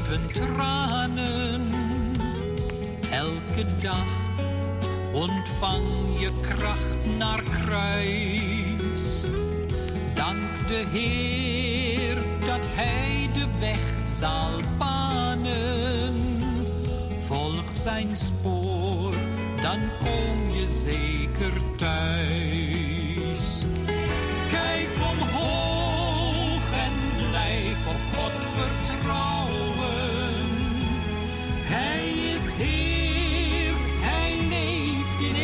leven tranen. Elke dag ontvang je kracht naar kruis. Dank de Heer dat Hij de weg zal banen. Volg zijn spoor, dan kom je zeker thuis. Kijk omhoog en blijf op God vertrouwen. Hij is Heer, Hij leeft in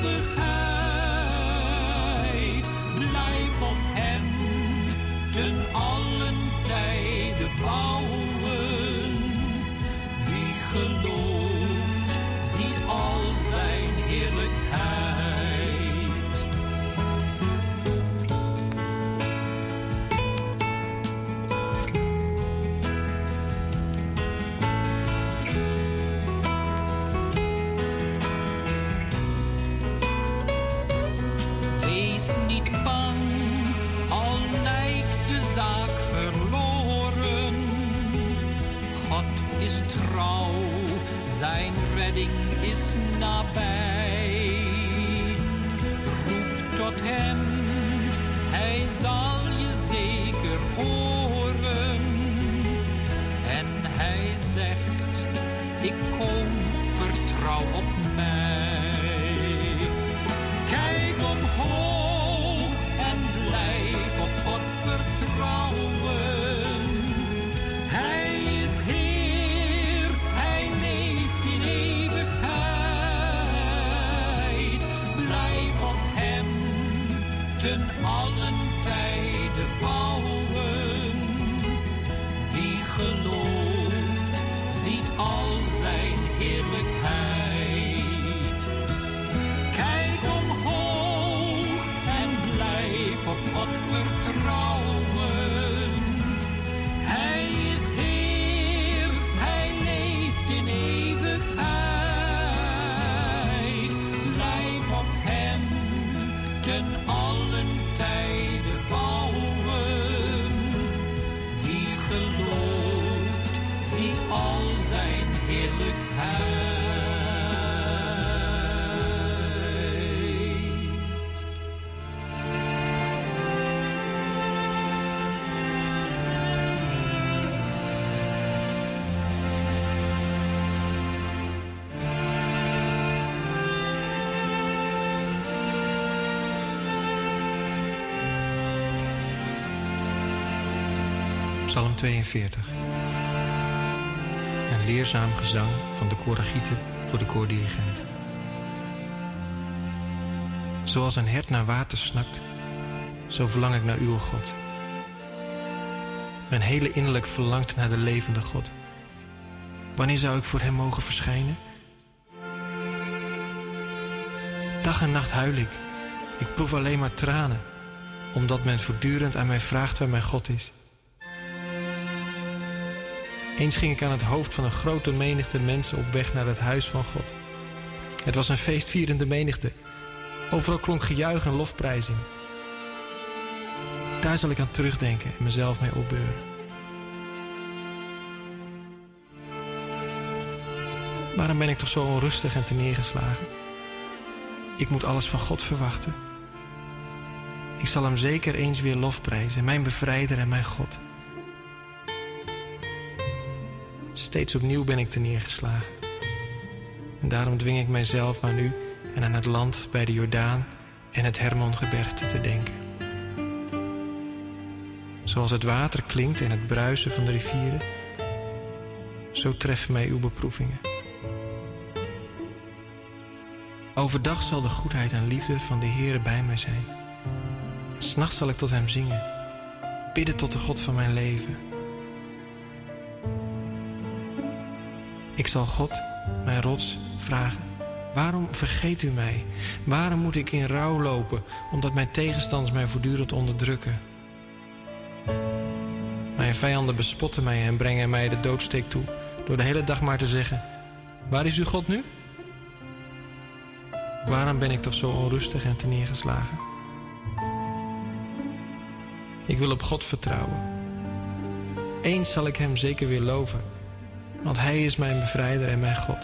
eeuwigheid. Blijf op Hem ten allen tijde bouwen. Wie gelooft, ziet al zijn heerlijkheid. Wees niet bang, al lijkt de zaak verloren. God is trouw, zijn redding is nabij. Roep tot Hem, Hij zal je zeker horen. En Hij zegt, ik kom, vertrouw op mij. Kijk omhoog en blijf op God vertrouwen. Hij is Heer, Hij leeft in eeuwigheid. Blijf op Hem ten allen tijde bouwen. Wie gelooft, ziet al zijn heerlijkheid. Kijk omhoog en blijf op God vertrouwen. Hij is Heer, Hij leeft in eeuwigheid. Blijf op Hem ten allen tijde bouwen. Wie gelooft, ziet al zijn heerlijkheid. Psalm 42. Een leerzaam gezang van de koorregieter voor de koordirigent. Zoals een hert naar water snakt, zo verlang ik naar uw God. Mijn hele innerlijk verlangt naar de levende God. Wanneer zou ik voor Hem mogen verschijnen? Dag en nacht huil ik. Ik proef alleen maar tranen, omdat men voortdurend aan mij vraagt waar mijn God is. Eens ging ik aan het hoofd van een grote menigte mensen op weg naar het huis van God. Het was een feestvierende menigte. Overal klonk gejuich en lofprijzing. Daar zal ik aan terugdenken en mezelf mee opbeuren. Waarom ben ik toch zo onrustig en terneergeslagen? Ik moet alles van God verwachten. Ik zal Hem zeker eens weer lofprijzen, mijn bevrijder en mijn God. Steeds opnieuw ben ik terneergeslagen. En daarom dwing ik mijzelf maar nu en aan het land bij de Jordaan en het Hermongebergte te denken. Zoals het water klinkt en het bruisen van de rivieren, zo treffen mij uw beproevingen. Overdag zal de goedheid en liefde van de Heere bij mij zijn. En 's nachts zal ik tot Hem zingen, bidden tot de God van mijn leven. Ik zal God, mijn rots, vragen: waarom vergeet u mij? Waarom moet ik in rouw lopen, omdat mijn tegenstanders mij voortdurend onderdrukken? Mijn vijanden bespotten mij en brengen mij de doodsteek toe, door de hele dag maar te zeggen: waar is uw God nu? Waarom ben ik toch zo onrustig en terneergeslagen? Ik wil op God vertrouwen. Eens zal ik Hem zeker weer loven. Want Hij is mijn bevrijder en mijn God.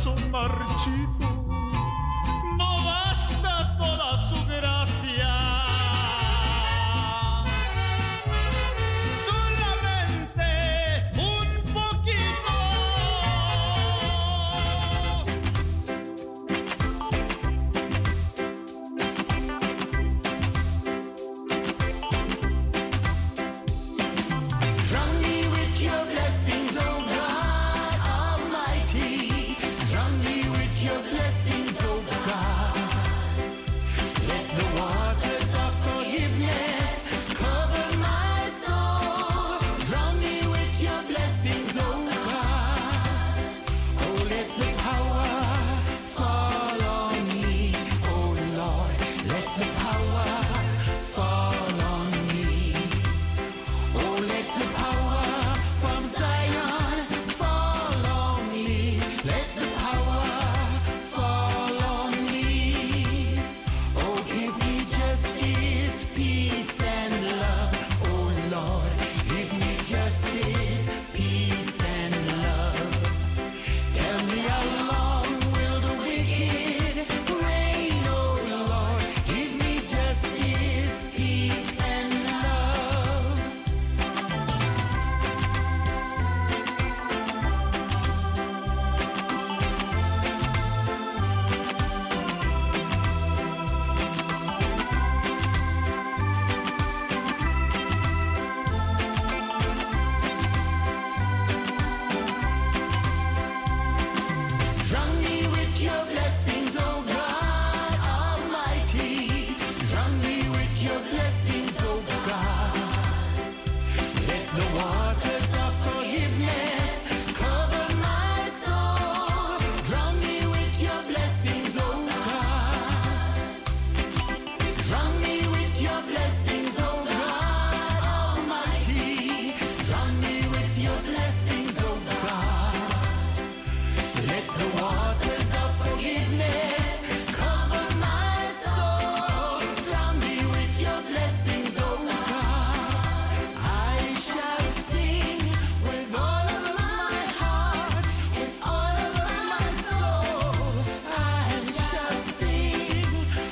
corazón marchito, no basta toda su gracia. Solamente un poquito. Drown me with your blessings, oh God Almighty. Drown me with your blessings, oh God. Let the waters of forgiveness cover my soul. Drown me with your blessings, oh God. Oh, let the power fall on me, oh Lord. Let the power fall on me. Oh, let the power from Zion fall on me. Let the power fall on me. Oh, give me justice, peace, and love. Oh, Lord, give me justice, peace, and love. Tell me how long will the wicked reign, oh, Lord. Give me justice, peace, and love. Drown me with your blessings, oh God Almighty. Drown me with your blessings, oh God. Let the waters of forgiveness cover my soul. Drown me with your blessings, oh God. Drown me with your blessings, oh God Almighty. Drown me with your blessings, oh God. Let the waters of forgiveness cover my soul. Drown me with your blessings, oh God. I shall sing with all of my heart, with all of my soul. I shall sing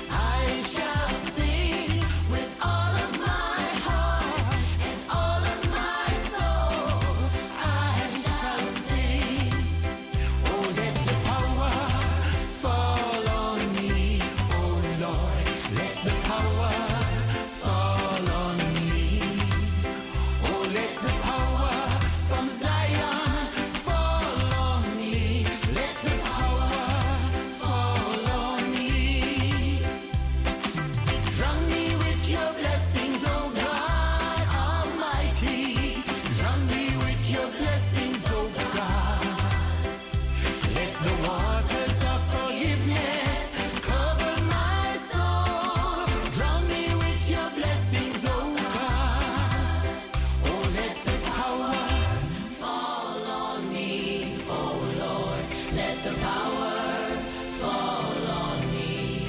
with all of my heart and all of my soul. I shall sing. Oh, let the power fall on me, oh Lord. Let the power fall on me. Oh, let the power from Zion fall on me. Let the power fall on me. Drown me with your blessings, oh God Almighty. Drown me with your blessings, oh God. Let the waters of forgiveness cover my soul. Drown me with your blessings, oh God. Oh, let the power fall on me, oh Lord. Let the power fall on me.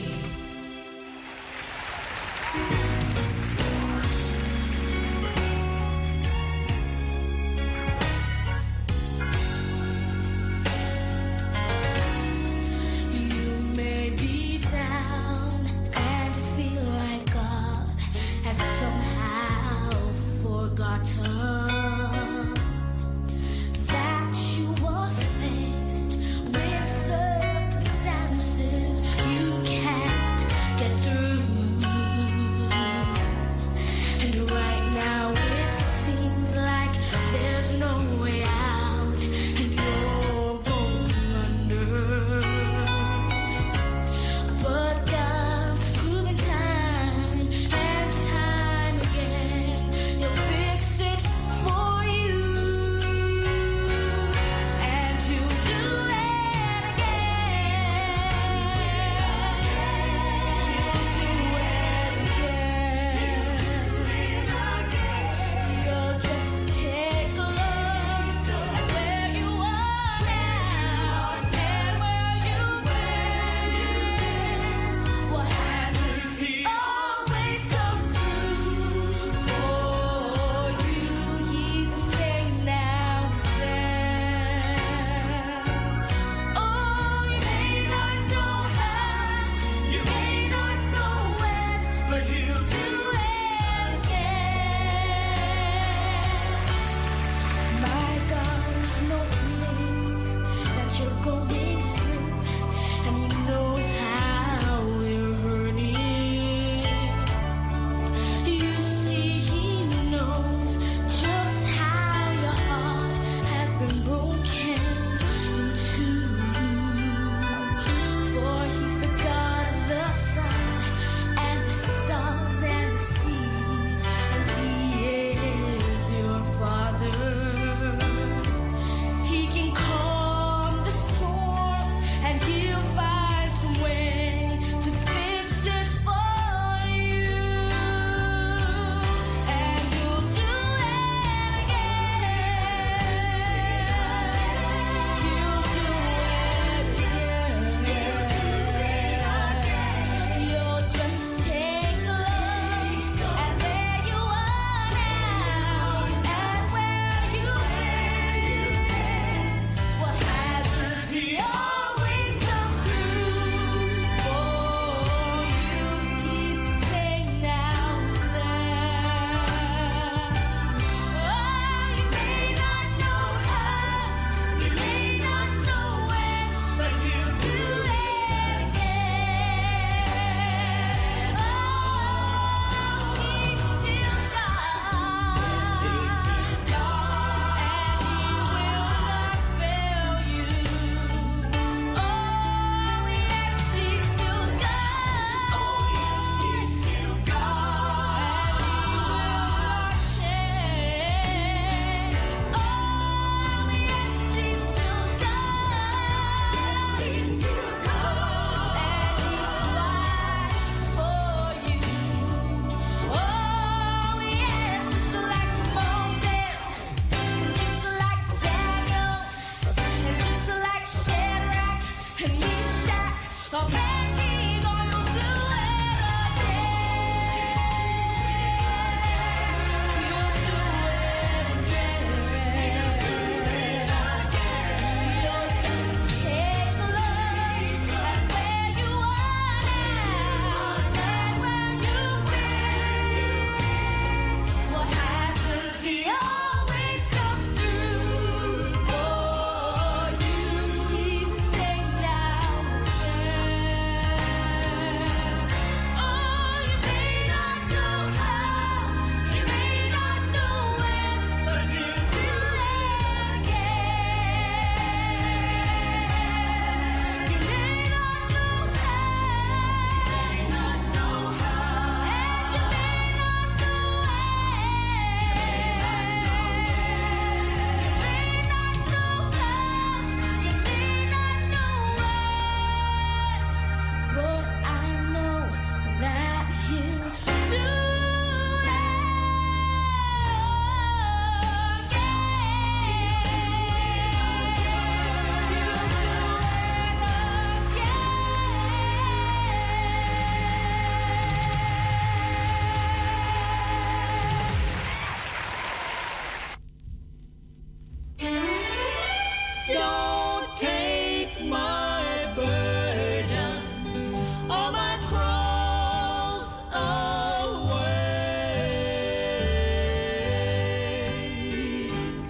You may be down and feel like God has somehow forgotten that you were faced with circumstances you can't get through. And right now it seems like there's no way out and you're going under. But God's proven time and time again, He'll fix it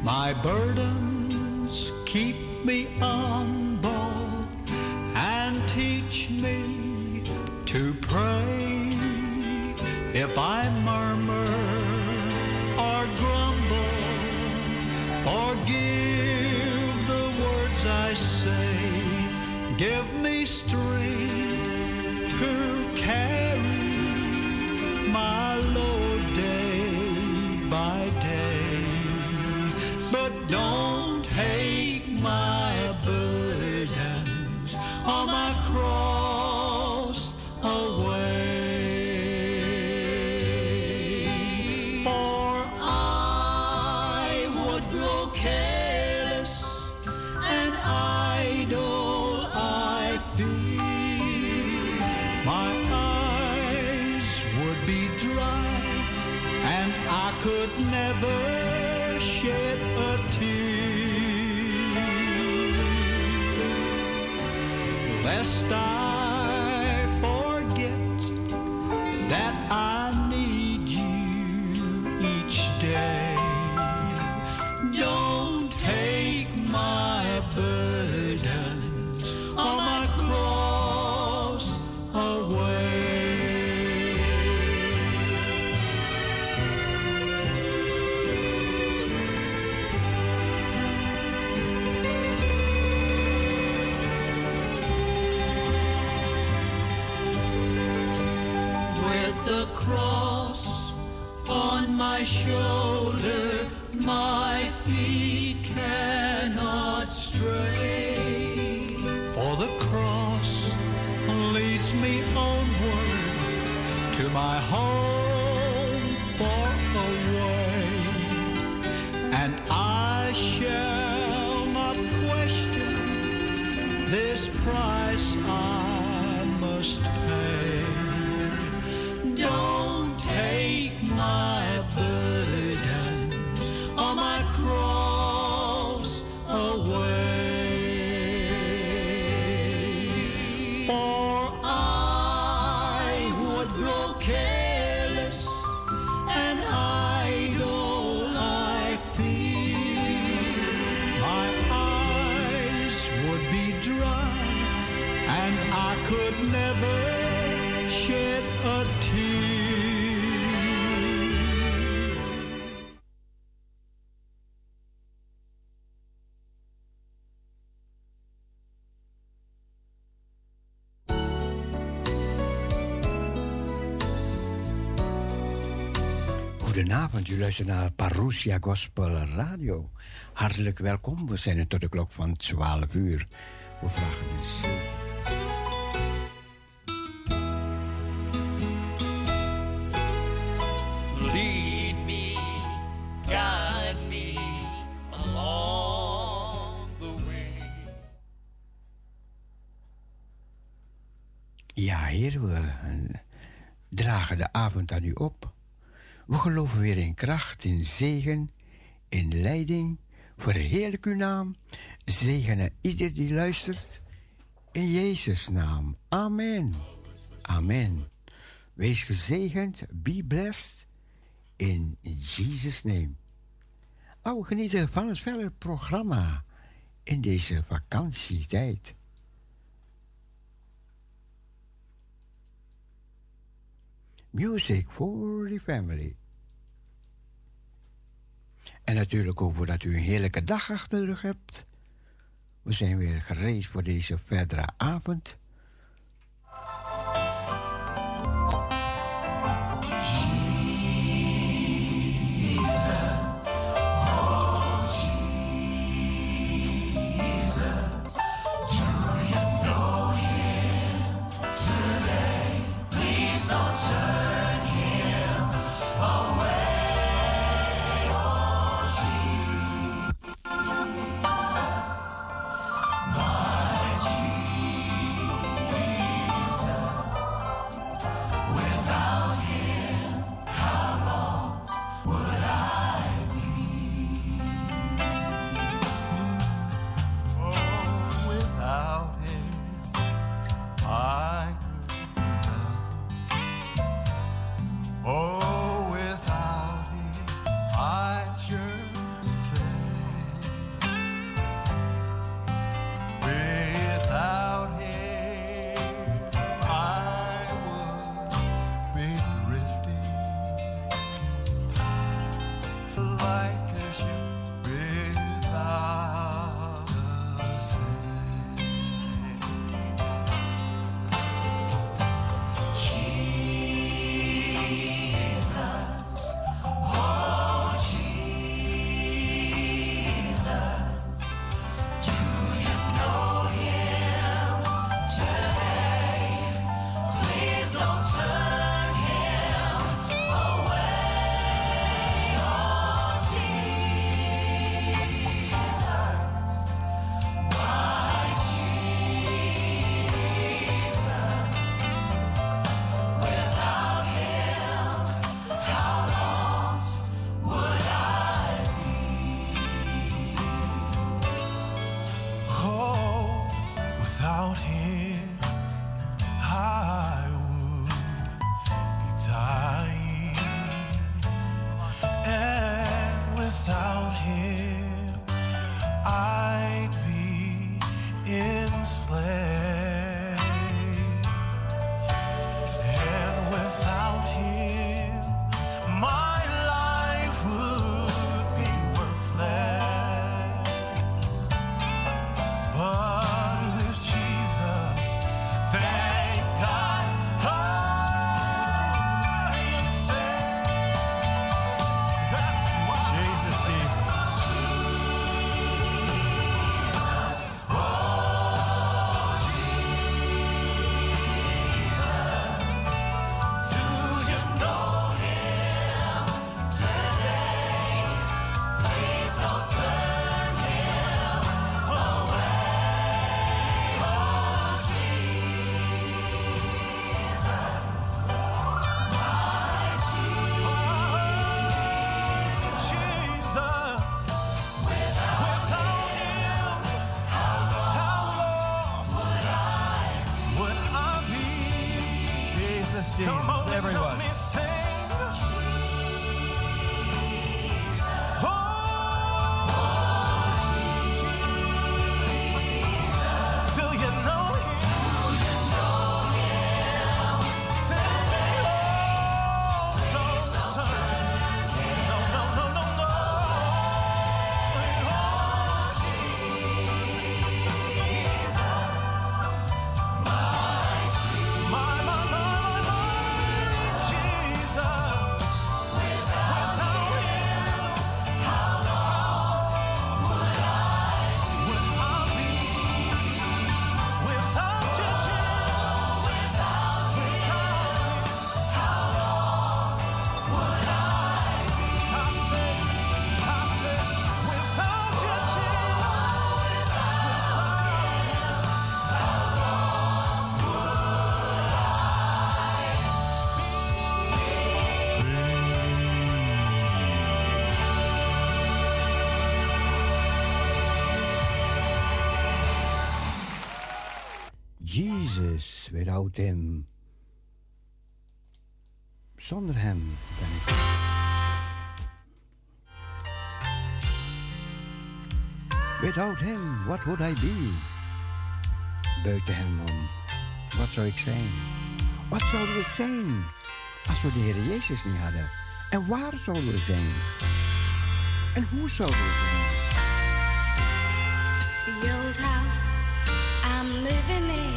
My burdens keep me humble and teach me to pray. If I murmur or grumble, forgive the words I say. Give me strength to carry my load day by day. But don't take my burdens or my cross away. For I would grow careless and idle I feel. My eyes would be dry and I could never shed a tear, lest I forget that I need you each day. Don't take my burdens or my cross away. Cross on my shoulder, my feet cannot stray. For the cross leads me onward to my home far away, and I shall not question this price I must pay. Don't take my burdens or my cross away. For I would grow careless and idle I feel. My eyes would be dry and I could never shed a tear. Goedenavond, u luistert naar Parousia Gospel Radio. Hartelijk welkom, we zijn er tot de klok van 12 uur. We vragen dus... Lead me, guide me along the way. Ja, Heer, we dragen de avond aan u op. We geloven weer in kracht, in zegen, in leiding. Verheerlijk uw naam. Zegenen ieder die luistert. In Jezus' naam. Amen. Amen. Wees gezegend. Be blessed. In Jesus' name. We genieten van het verder programma in deze vakantietijd. Music for the family. En natuurlijk ook dat u een heerlijke dag achter de rug hebt. We zijn weer gereed voor deze verdere avond. I'd be enslaved. And without him, my life would be worthless. But with Jesus, thank God, I am saved. That's why Jesus, Jesus. Jesus, everyone. Jesus, without him. Zonder hem ben ik. Without him, what would I be? Buiten hem om. Wat zou ik zijn? Wat zouden we zijn als we de Heer Jezus niet hadden? En waar zouden we zijn? En hoe zouden we zijn? The old house I'm living in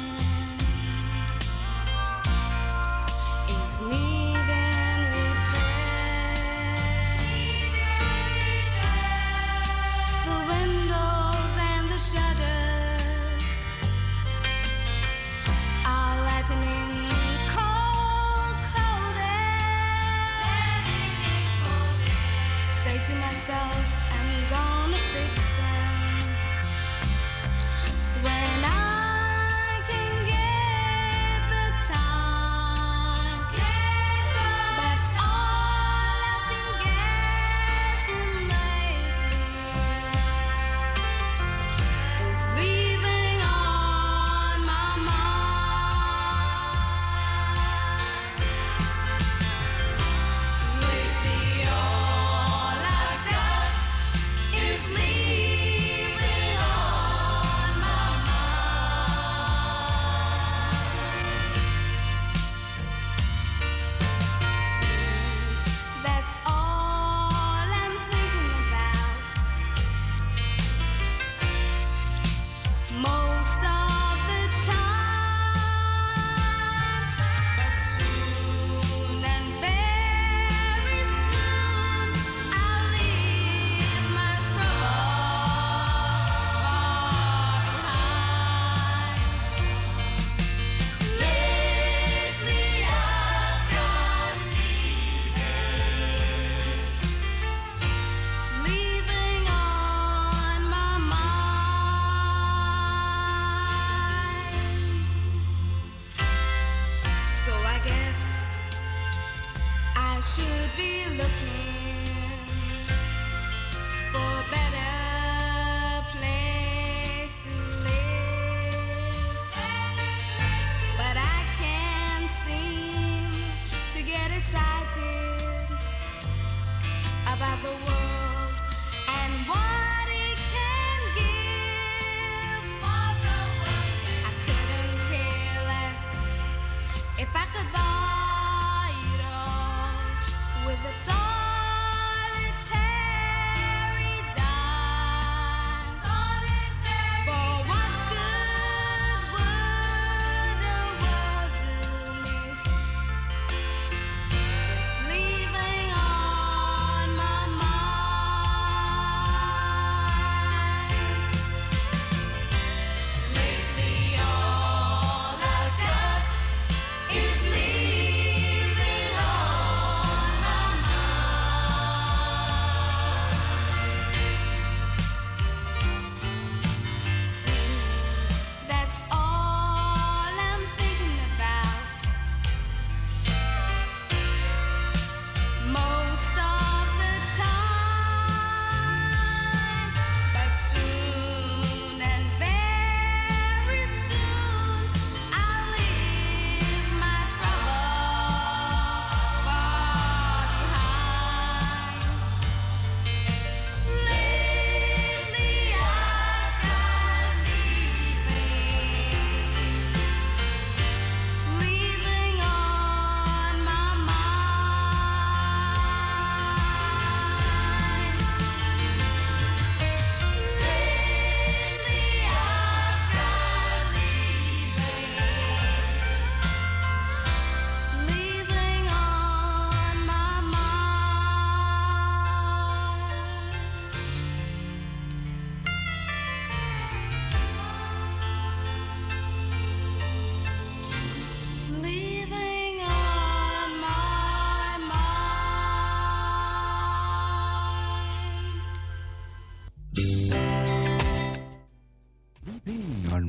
is needing repair. The windows and the shutters are letting in cold, cold air. Say to myself, I'm gonna fix them when I can get the time. That's all I've been getting lately, is leaving on my mind. Lately all I got is leaving on my mind.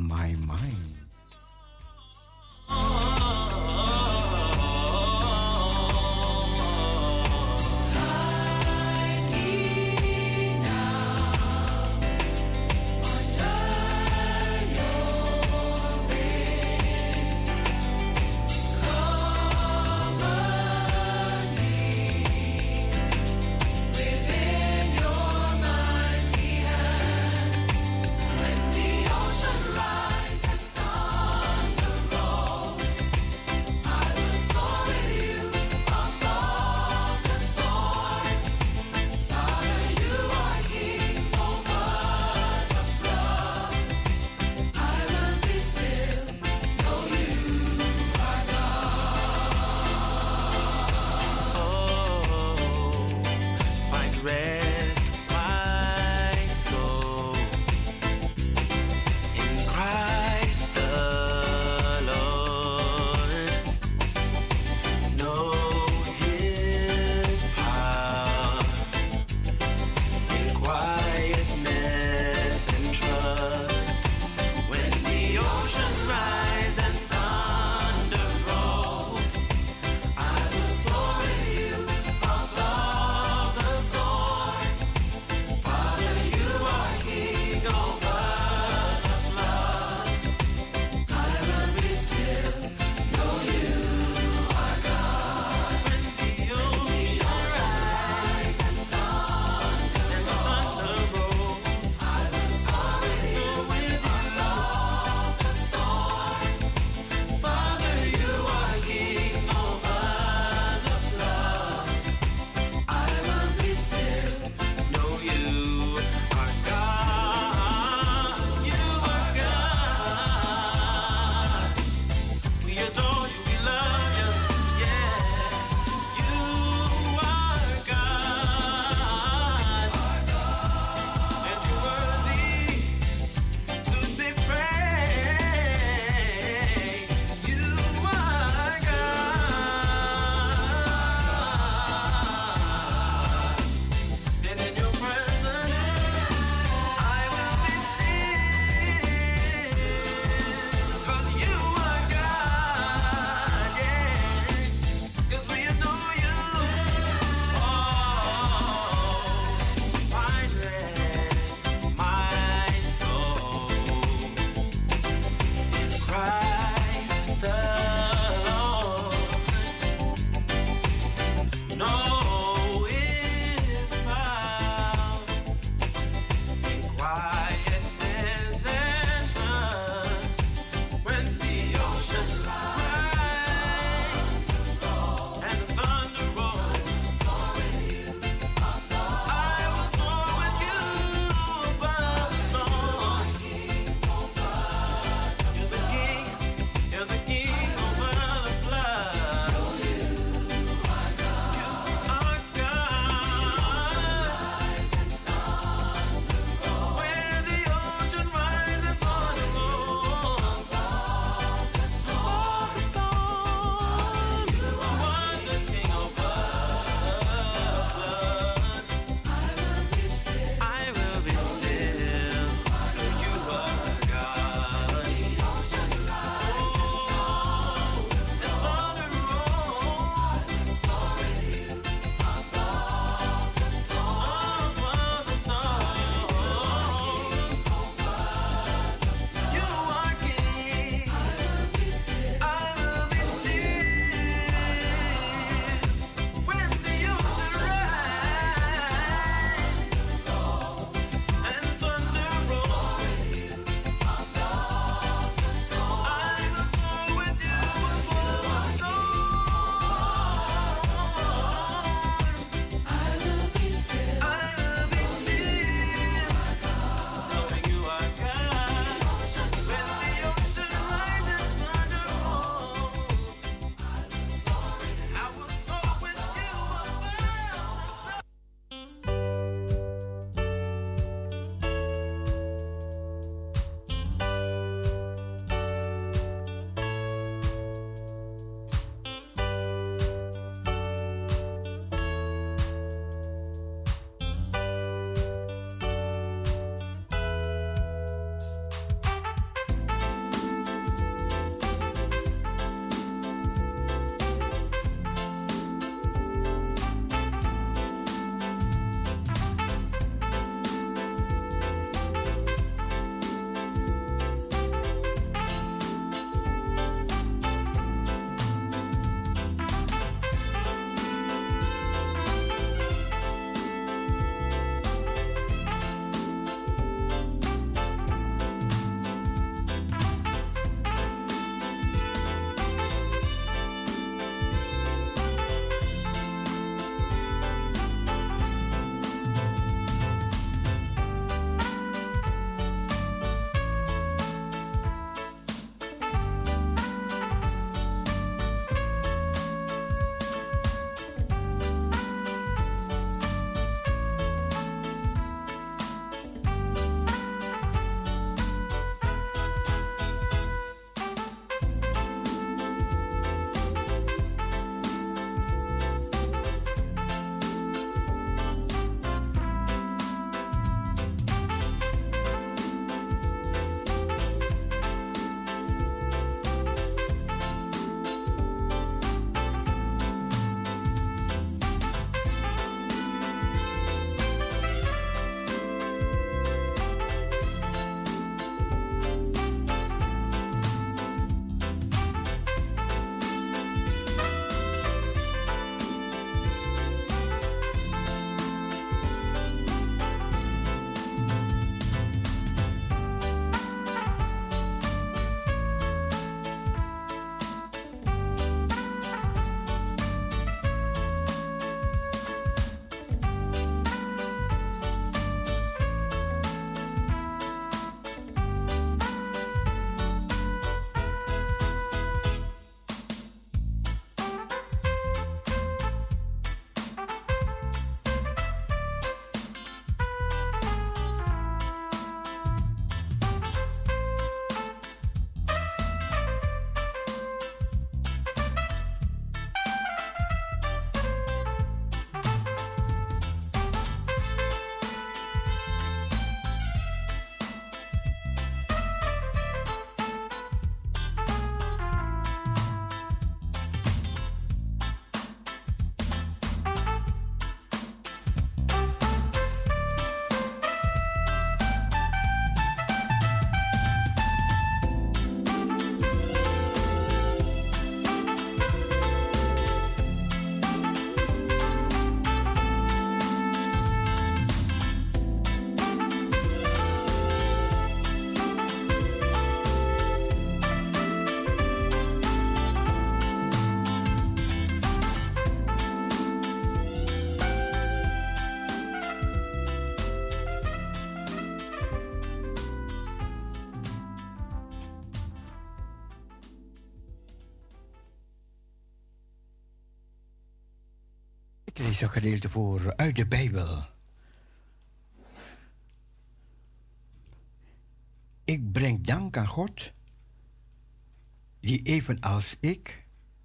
my mind. Ocean rise and Ik lees een gedeelte voor uit de Bijbel. Ik breng dank aan God, die evenals ik,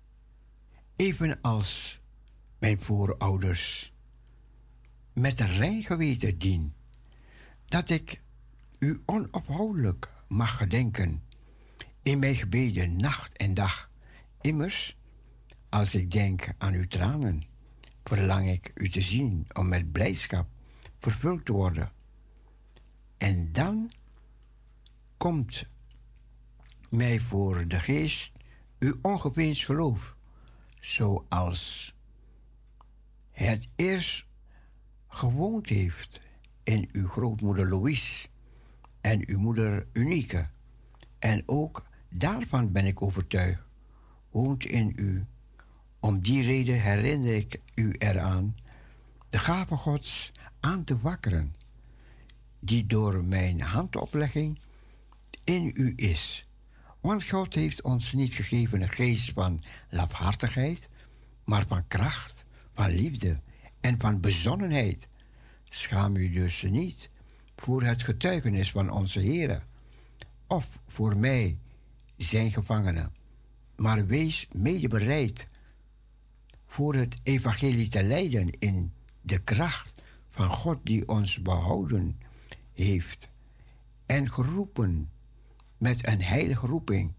evenals mijn voorouders, met een rein geweten dien, dat ik u onophoudelijk mag gedenken in mijn gebeden nacht en dag. Immers, als ik denk aan uw tranen, verlang ik u te zien om met blijdschap vervuld te worden. En dan komt mij voor de geest uw ongeveens geloof, zoals het eerst gewoond heeft in uw grootmoeder Louise en uw moeder Unieke. En ook daarvan ben ik overtuigd, woont in u. Om die reden herinner ik u eraan de gave Gods aan te wakkeren, die door mijn handoplegging in u is. Want God heeft ons niet gegeven een geest van lafhartigheid, maar van kracht, van liefde en van bezonnenheid. Schaam u dus niet voor het getuigenis van onze Heere, of voor mij, zijn gevangene, maar wees mede bereid voor het evangelie te lijden in de kracht van God die ons behouden heeft en geroepen met een heilige roeping,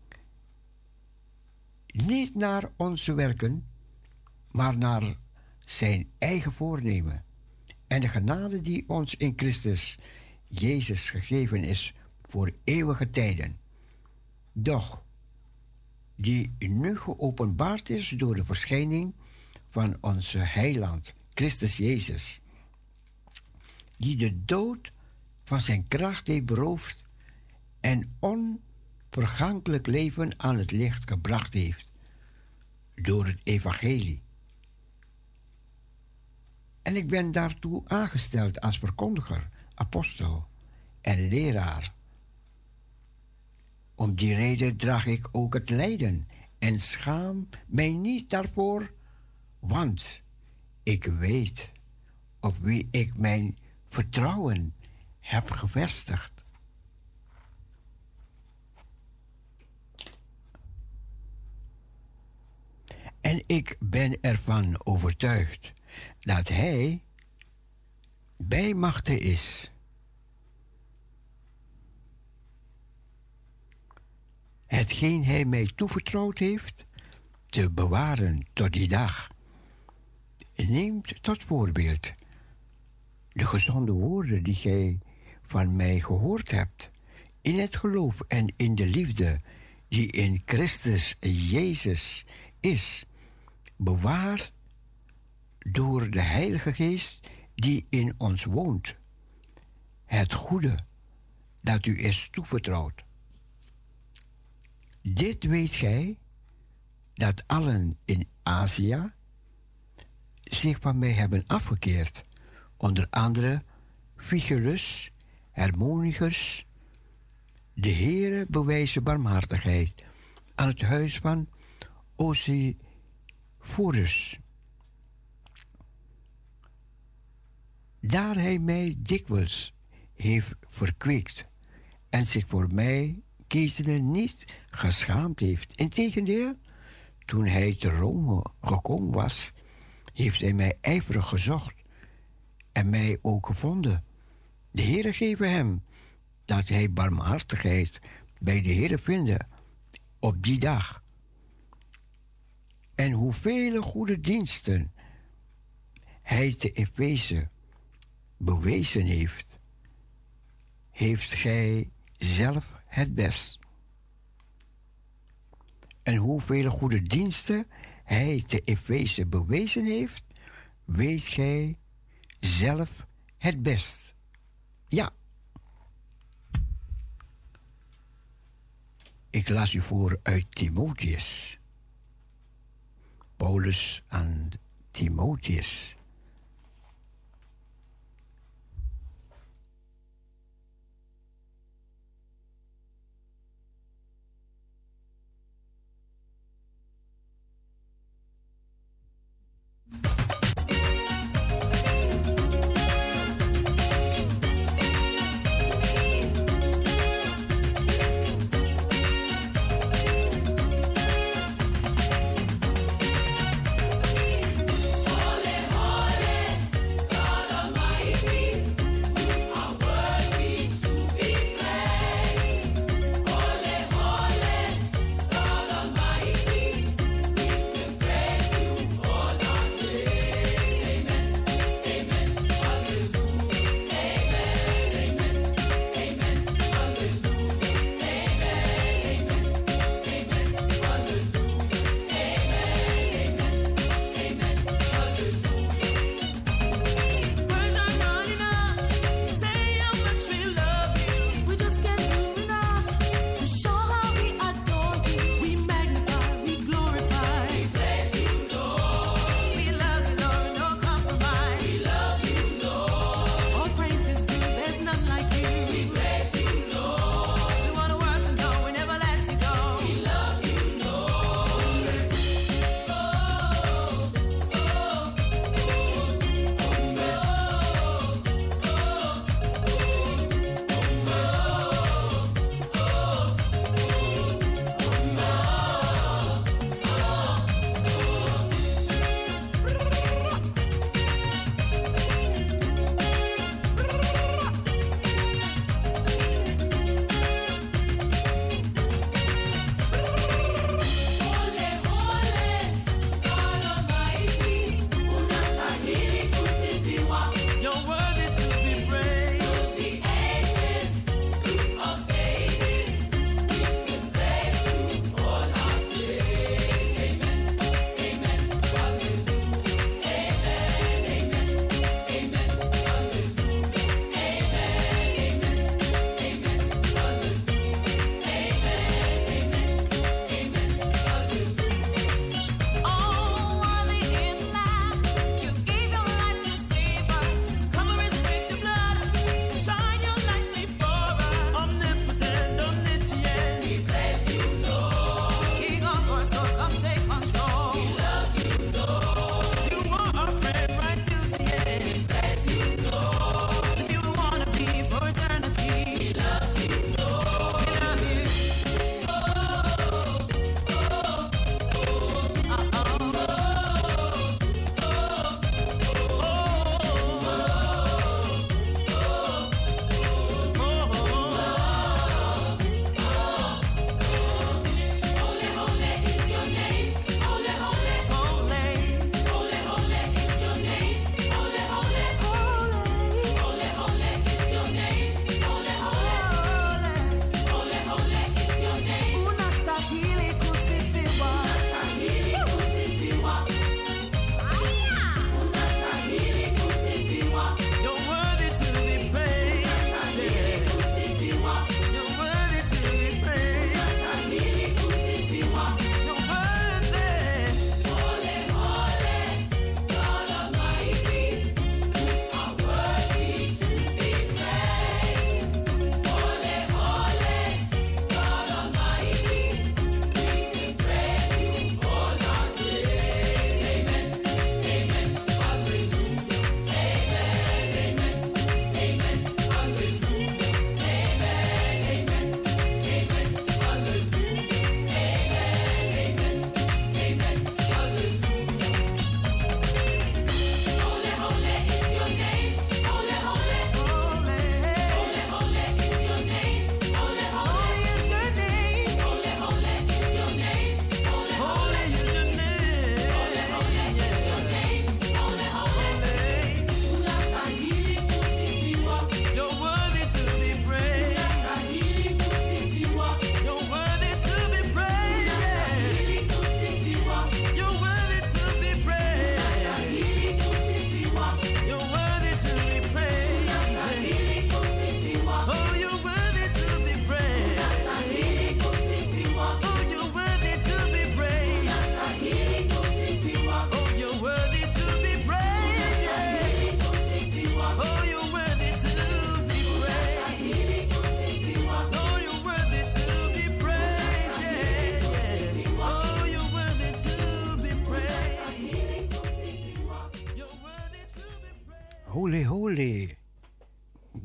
niet naar onze werken, maar naar zijn eigen voornemen en de genade die ons in Christus Jezus gegeven is voor eeuwige tijden, doch die nu geopenbaard is door de verschijning van onze heiland Christus Jezus, die de dood van zijn kracht heeft beroofd en onvergankelijk leven aan het licht gebracht heeft door het evangelie. En ik ben daartoe aangesteld als verkondiger, apostel en leraar. Om die reden draag ik ook het lijden en schaam mij niet daarvoor, want ik weet op wie ik mijn vertrouwen heb gevestigd. En ik ben ervan overtuigd dat Hij bij machte is hetgeen Hij mij toevertrouwd heeft te bewaren tot die dag. Neemt tot voorbeeld de gezonde woorden die gij van mij gehoord hebt, in het geloof en in de liefde die in Christus Jezus is, bewaard door de Heilige Geest die in ons woont. Het goede dat u is toevertrouwd. Dit weet gij, dat allen in Azië zich van mij hebben afgekeerd, onder andere Figelus, Hermonius. De Heere bewijzen barmhartigheid aan het huis van Onesiphorus, daar hij mij dikwijls heeft verkwikt en zich voor mij ketenen niet geschaamd heeft. Integendeel, toen hij te Rome gekomen was, heeft hij mij ijverig gezocht en mij ook gevonden. De Heere geven hem dat hij barmhartigheid bij de Heere vinden op die dag. En hoeveel goede diensten hij te Efeze bewezen heeft, heeft gij zelf het best. En hoeveel goede diensten hij te Efeze bewezen heeft, weet gij zelf het best. Ja. Ik las u voor uit Timotheus. Paulus aan Timotheus.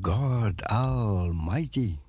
God Almighty.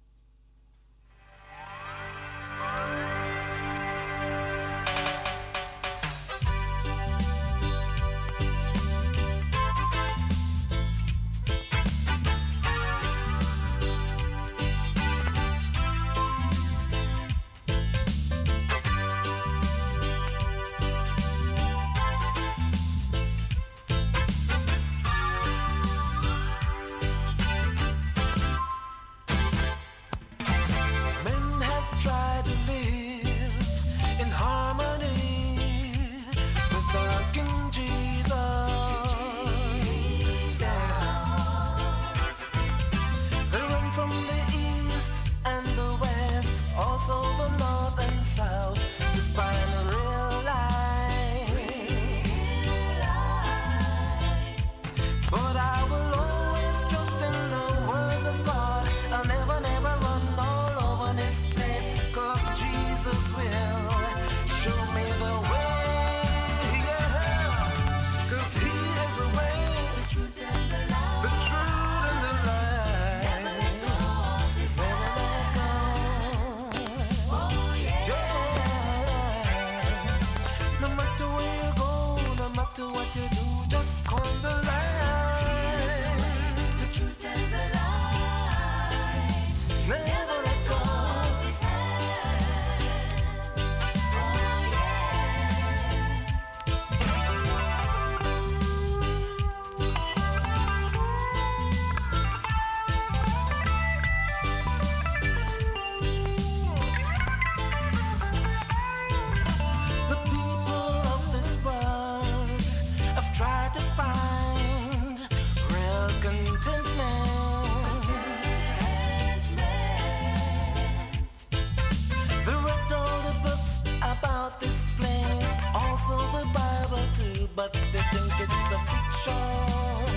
But they think it's a fiction.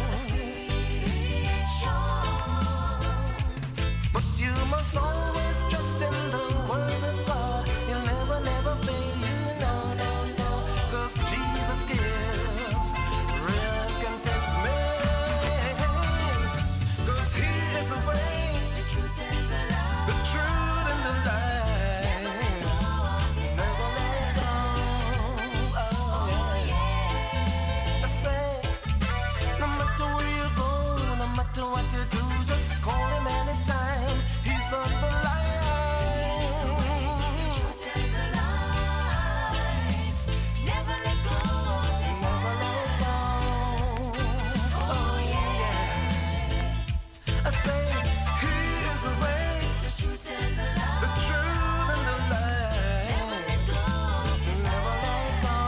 But you must always trust in the words of God. He'll never, never fail you, no, no, no. 'Cause Jesus gives real contentment. 'Cause He is the way, the truth and the life. The truth and the life. Never let go. Oh, yeah. I say, no matter where you go, no matter what you do, just call Him anytime. He's on the line. The truth and the life. Never let go. Never let go. Oh yeah. I say, He is the way, the truth and the life. The truth and the life. Never let go. Never let go.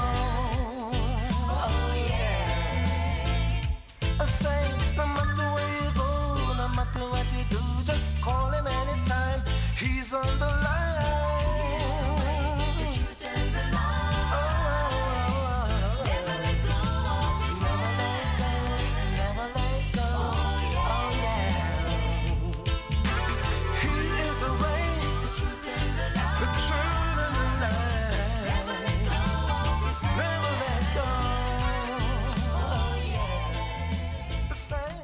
Oh yeah. I say, no matter where you go, no matter what you do, just call Him anytime. He's on the line. The truth and the life. Never let go. Never let go. Never let go. Oh yeah. He is the way, the truth and the life. The truth and the life. Never let go. Never let go. Oh yeah. The same.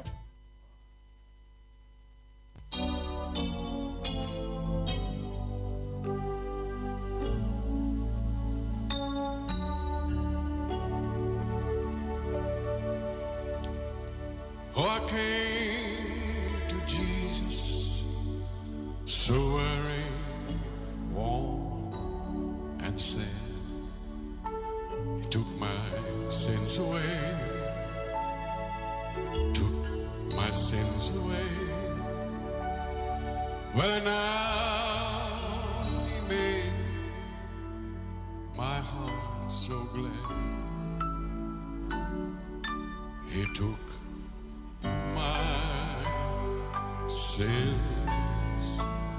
Oh, I came to Jesus, so weary, worn, and sad. He took my sins away, took my sins away. Well, now He made my heart so glad. He took my sins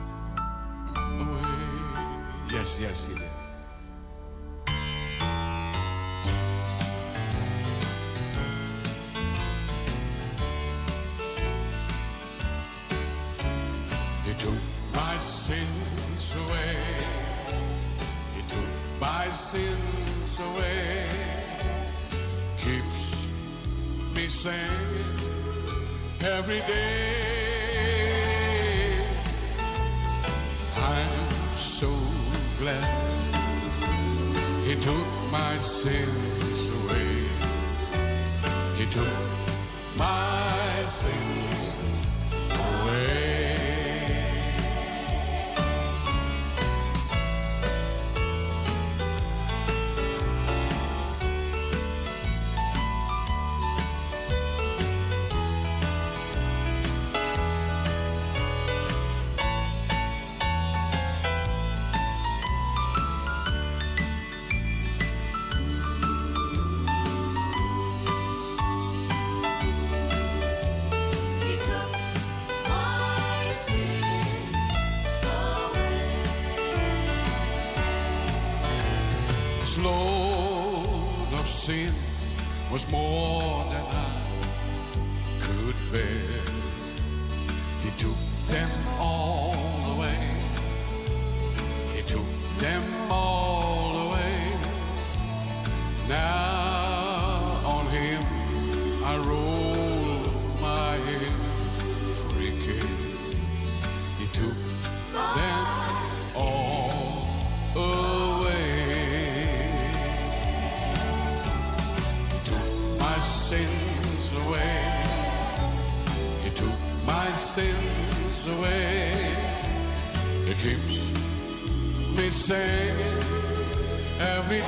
away. Yes, yes, He did. He took my sins away. He took my sins away. Keeps me singing every day. took my sins away. He took my sins away. Sin was more than I could bear. He took them all away. He took them all away. Now on him I roll my head freaking. He took them all away. Sins away. He took my sins away. It keeps me singing every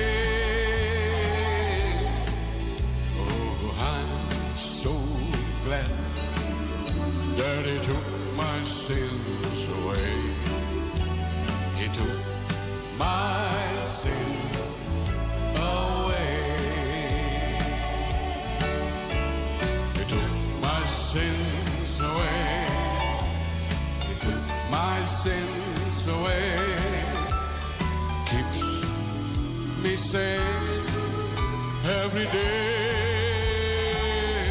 day. Oh, I'm so glad that he took my sins away. He took my sins away. Sins away. He took my sins away. Keeps me singing every day.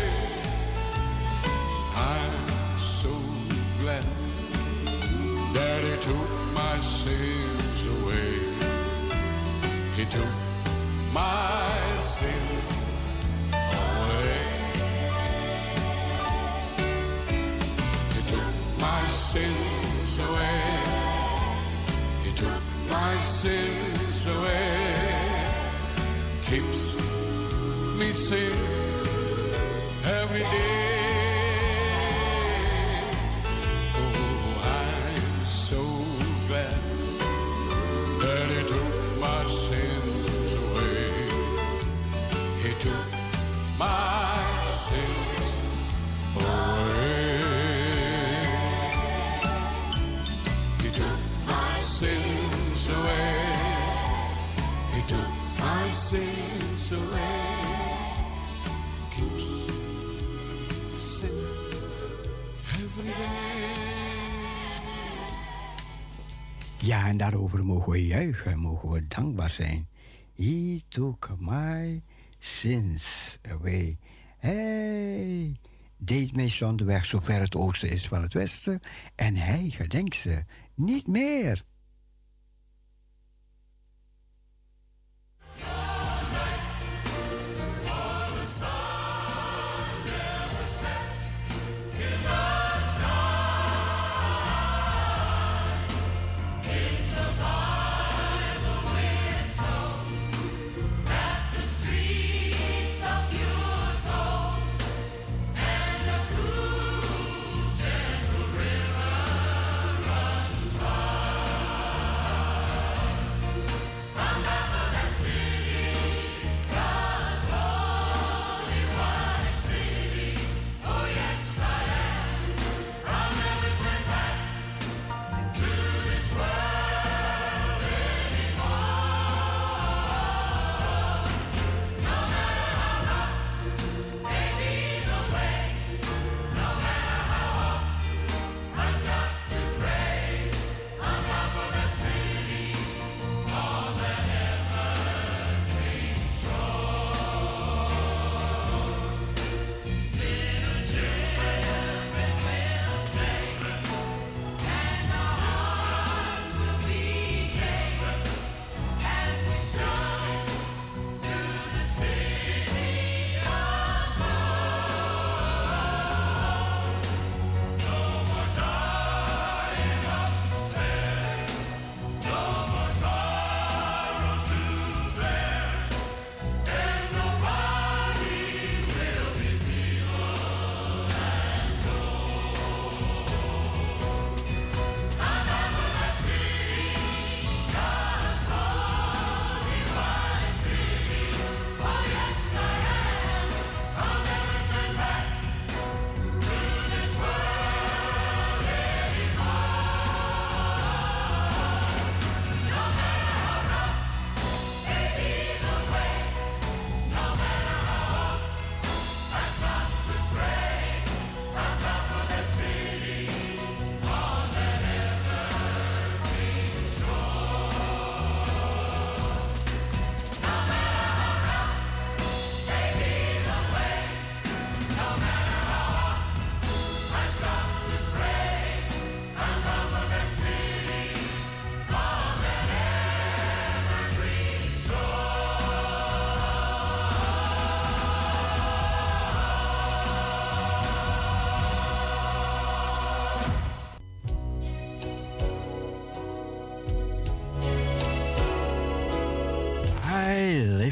I'm so glad that he took my sins away. He took my sins away. My sins away. He took my sins away. Keeps me singing every day. Oh, I'm so glad that he took my sins away. He took my sins away. Sins away. He took my sins away. Keeps singing every day. Ja, en daarover mogen we juichen, mogen we dankbaar zijn. He took my sins away. Hij deed mij zonder weg zover het oosten is van het westen. En hij gedenkt ze niet meer. Gentle river runs by.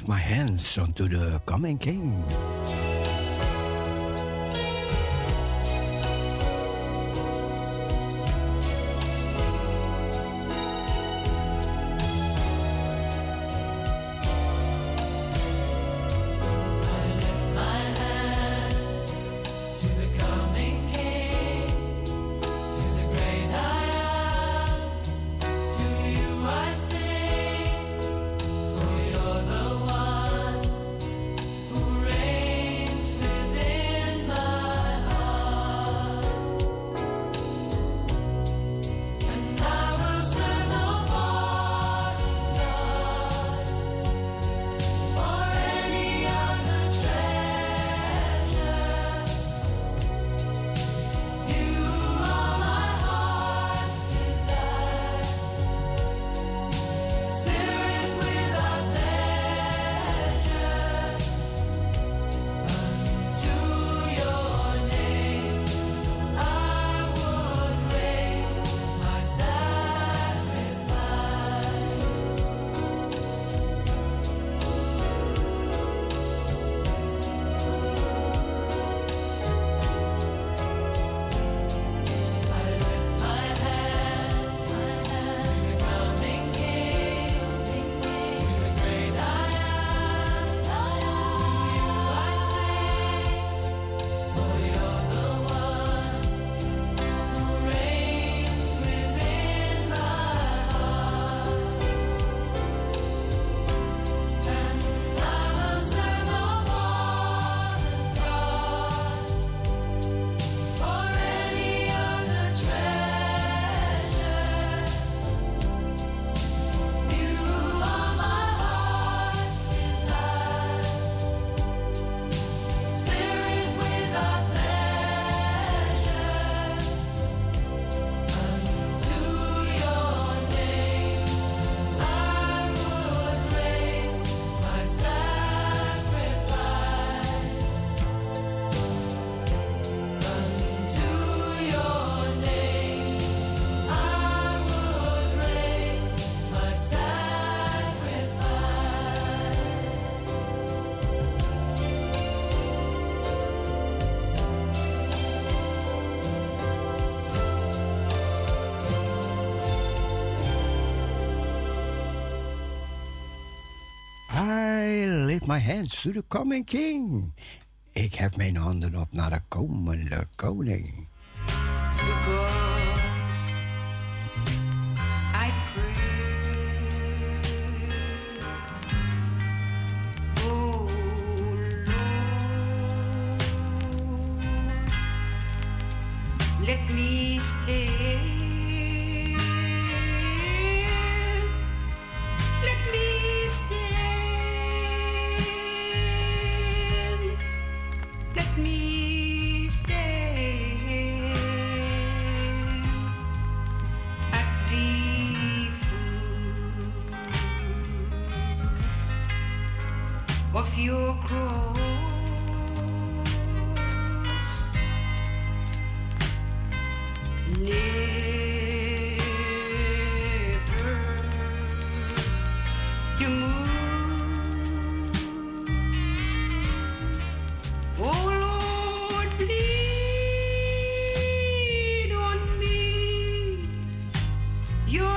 lift my hands unto the coming King. My hands to the coming King. Ik heb mijn handen op naar de komende koning. I pray, oh Lord, let me stay. Let me stay. Let me stay at the foot of your cross. Never you move. Oh Lord, bleed on me your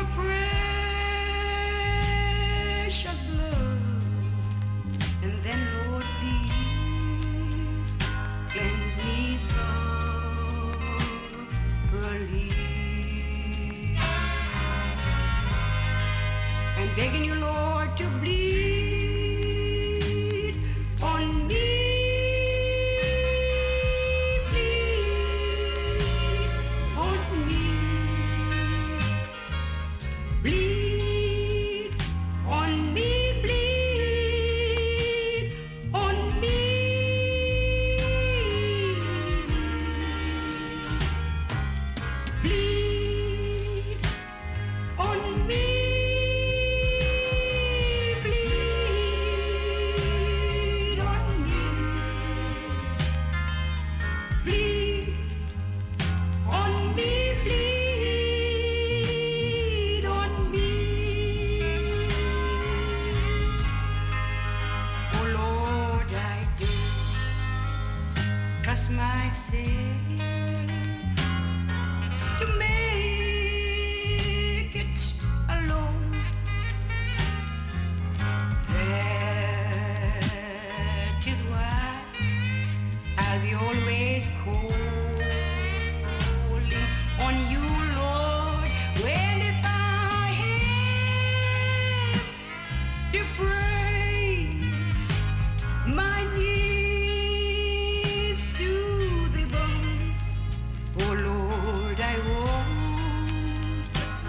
precious blood, and then Lord, please cleanse me thoroughly. I'm begging you, Lord, to bleed on me. Bleed on me, bleed on me. Bleed on me, bleed.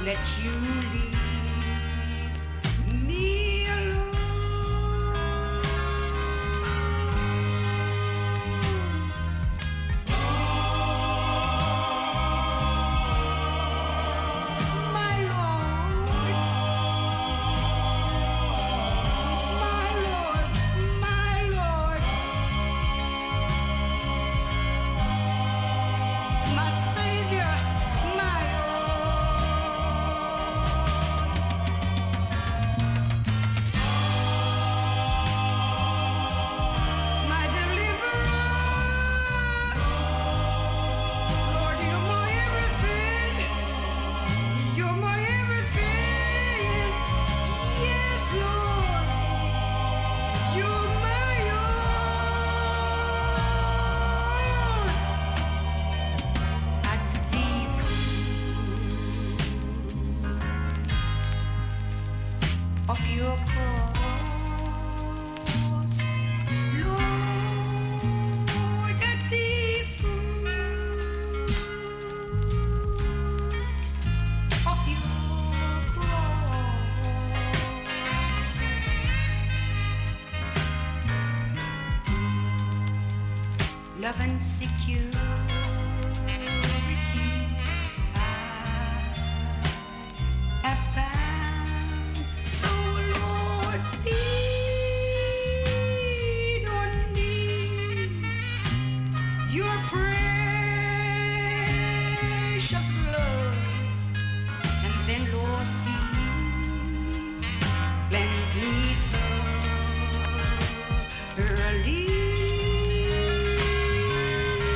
let you leave me alone. My Lord, my Lord, my Lord, my Savior, my my deliverer. Lord, you're my everything. You're my everything. Yes, Lord, you're my own. At the foot of your cross, Lord, at the foot of your cross, love and security I have found. Oh Lord, feed on me your precious blood, and then Lord, please cleanse me thoroughly.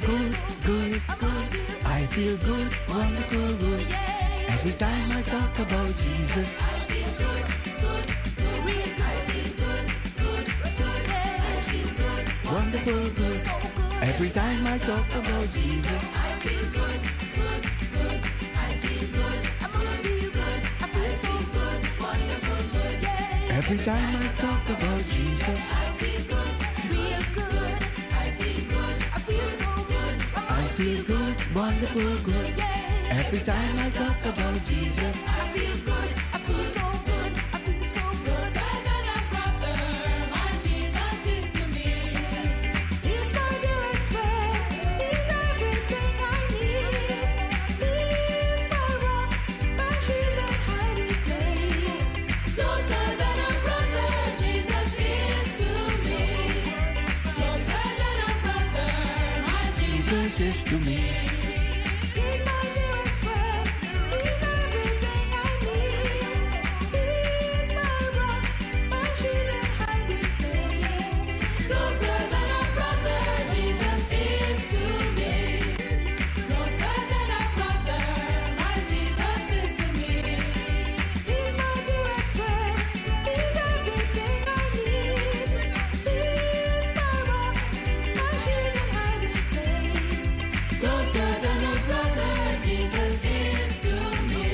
good, good, good. I feel good, wonderful, good. Every time I talk about Jesus, I feel good, good, good, real good. I feel good, good, good. I feel good, wonderful, good. Every time I talk about Jesus, I feel good, good, good. I feel good, I feel good. I feel good, wonderful, good. every time I talk about Jesus, I feel good, real good. I feel good, I feel so good. I feel good, wonderful, good. Every time I talk about Jesus, I feel good, I feel so good. I feel so good. Second a brother, my Jesus is to me. He's my dearest friend. He's everything I need. He's my rock, my shield and hiding place. Closer than a brother, Jesus is to me. Closer than a brother, my Jesus Jesus is to me. He's my dearest friend. He's everything I need. He's my rock, my shield and hiding place. Closer than a brother, Jesus is to me. Closer than a brother, my Jesus is to me. He's my dearest friend. He's everything I need. He's my rock, my shield and hiding place. Closer than a brother, Jesus is to me.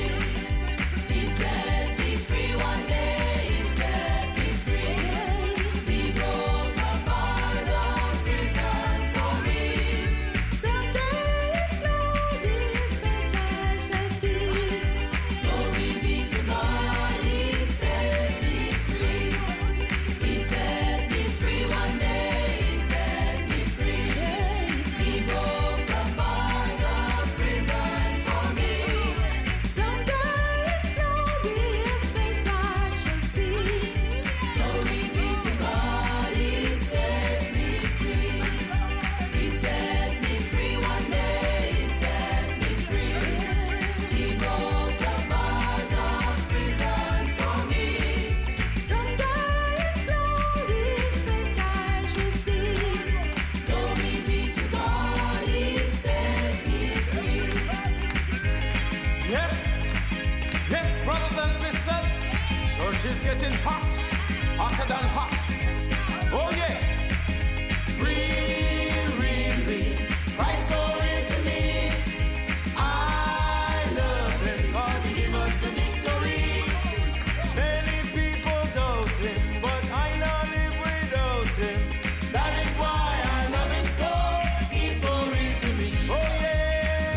He set me free one day, he set me free. He broke the bars of prison for me. Someday in glory his face I shall see. Glory be to God, he set me free. He set me free one day, he set me free. He broke the bars of prison for me. Someday in glory his face I shall see. Glory be to God, he set me free. He set me free one day, he set me free. He broke the bars of prison for me. Someday in glory his face I shall see. Glory be to God, he set me free. Yes, yes, brothers and sisters, church is getting hot, hotter than hot. Oh yeah, real, real, real. Christ so real to me. I love him 'cause he gave us the victory. Many people doubt him, but I now live without him. That is why I love him so. He's so real to me. Oh yeah,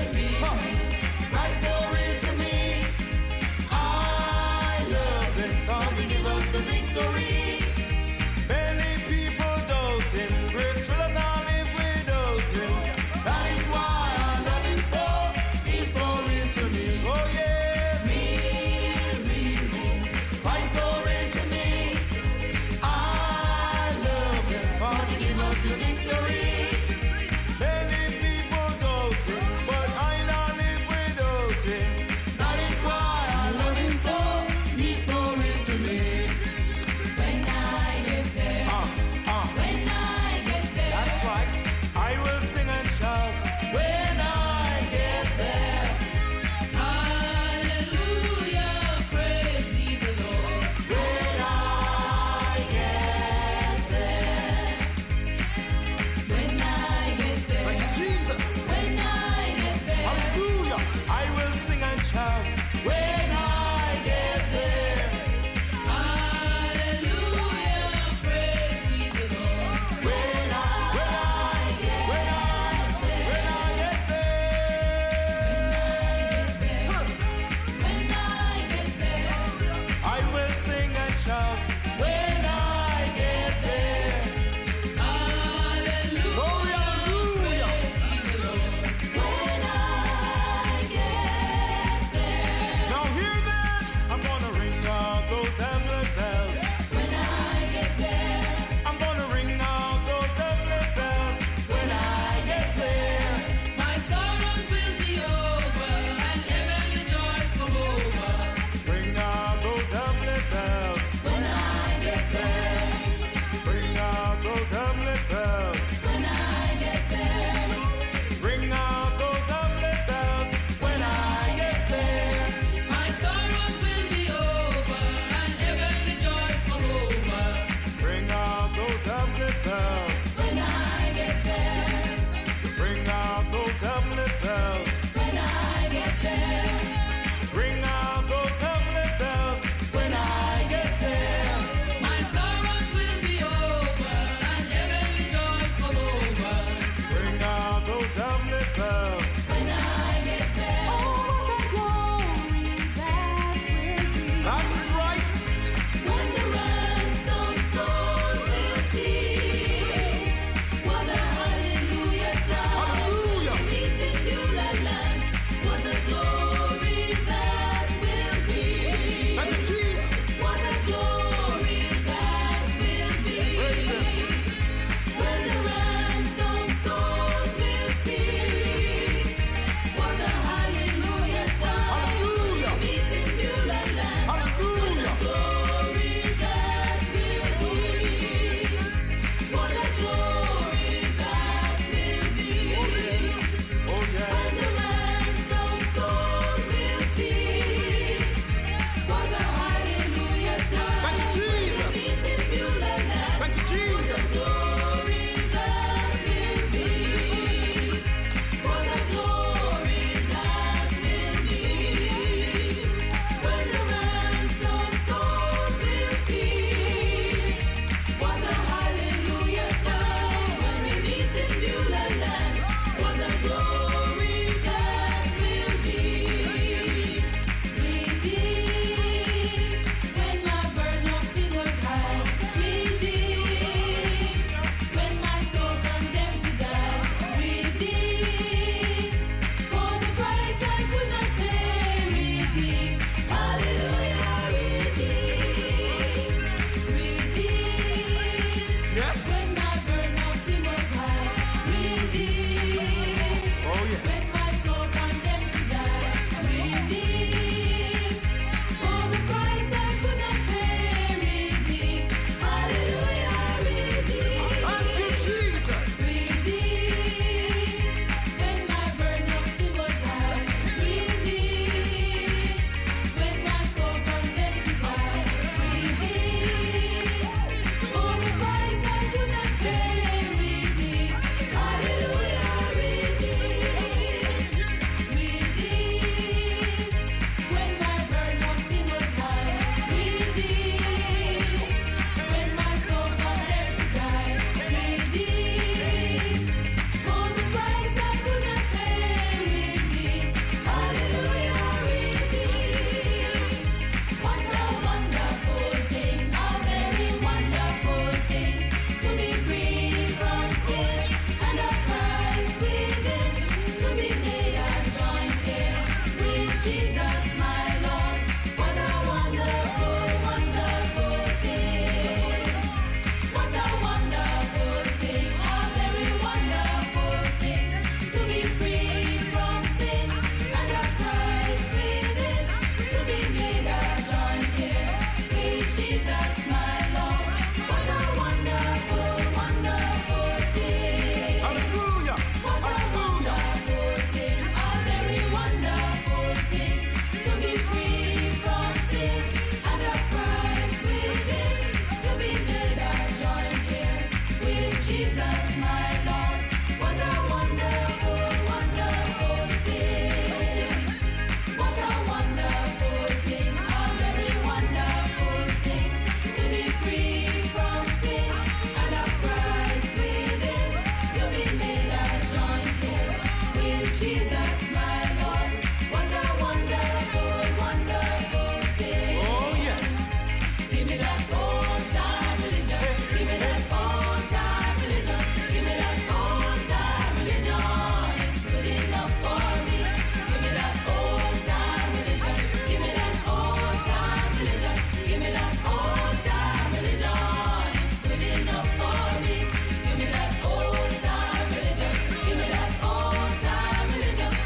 Christ so real to me. I love him. those heavenly clouds. When I get there, oh, what a glory that will be. That's right. When the ransom souls will see, what a hallelujah time. Hallelujah. Meeting Beulah land, what a glory that will be. Thank you, Jesus. What a glory that will be. Praise Him. When the ransom souls will see, what a hallelujah time. Hallelujah. Meeting Beulah land, Hallelujah. glory that will be. What a glory that will be. Oh, When yes. the ransom souls will see, what a hallelujah time. Thank you, Jesus. Meeting Beulah land, Thank you, Jesus. glory that will be. What a glory that will be. When the ransom souls will see, what a hallelujah time. When we meet in Beulah land, what a glory that will be. Redeemed, when my burden of sin was high. Redeemed, when my soul condemned to die. Redeemed, for the price I could not pay. Redeemed, hallelujah. Redeemed, redeemed. Yes. When my burden of sin was high. Redeemed. Oh, yes. When my soul condemned to die, redeemed. For the price I could not pay, redeemed. Hallelujah, redeemed. Thank you, Jesus. Redeemed. When my burden of sin was high, redeemed. When my soul condemned to die, redeemed. For the price I could not pay, redeemed. Hallelujah, redeemed. Redeemed. When my burden of sin was high, redeemed. When my soul condemned to die, redeemed. For the price I could not pay, redeemed. Hallelujah, redeemed. What a wonderful thing, a very wonderful thing, to be free from sin and of Christ within, to be made a joint here with Jesus my Lord. What a wonderful, wonderful thing. What a wonderful thing, a very wonderful thing, to be free from sin and of Christ within, to be made a joint here with Jesus my Lord. What a wonderful, wonderful thing. Hallelujah. What a wonderful thing, a very wonderful thing, to be free from sin and of Christ within, to be made a joint here with Jesus my Lord. What a wonderful, wonderful thing. What a wonderful thing, a very wonderful thing, to be free from sin and of Christ within, to be made a joint here with Jesus my Lord. What a wonderful, wonderful thing. Oh, yes. Give me that old time religion. Give me that old time religion. Give me that old time religion. It's good enough for me. Give me that old time religion. Give me that old time religion. Give me that old time religion. It's good enough for me. Give me that old time religion. Give me that old time religion.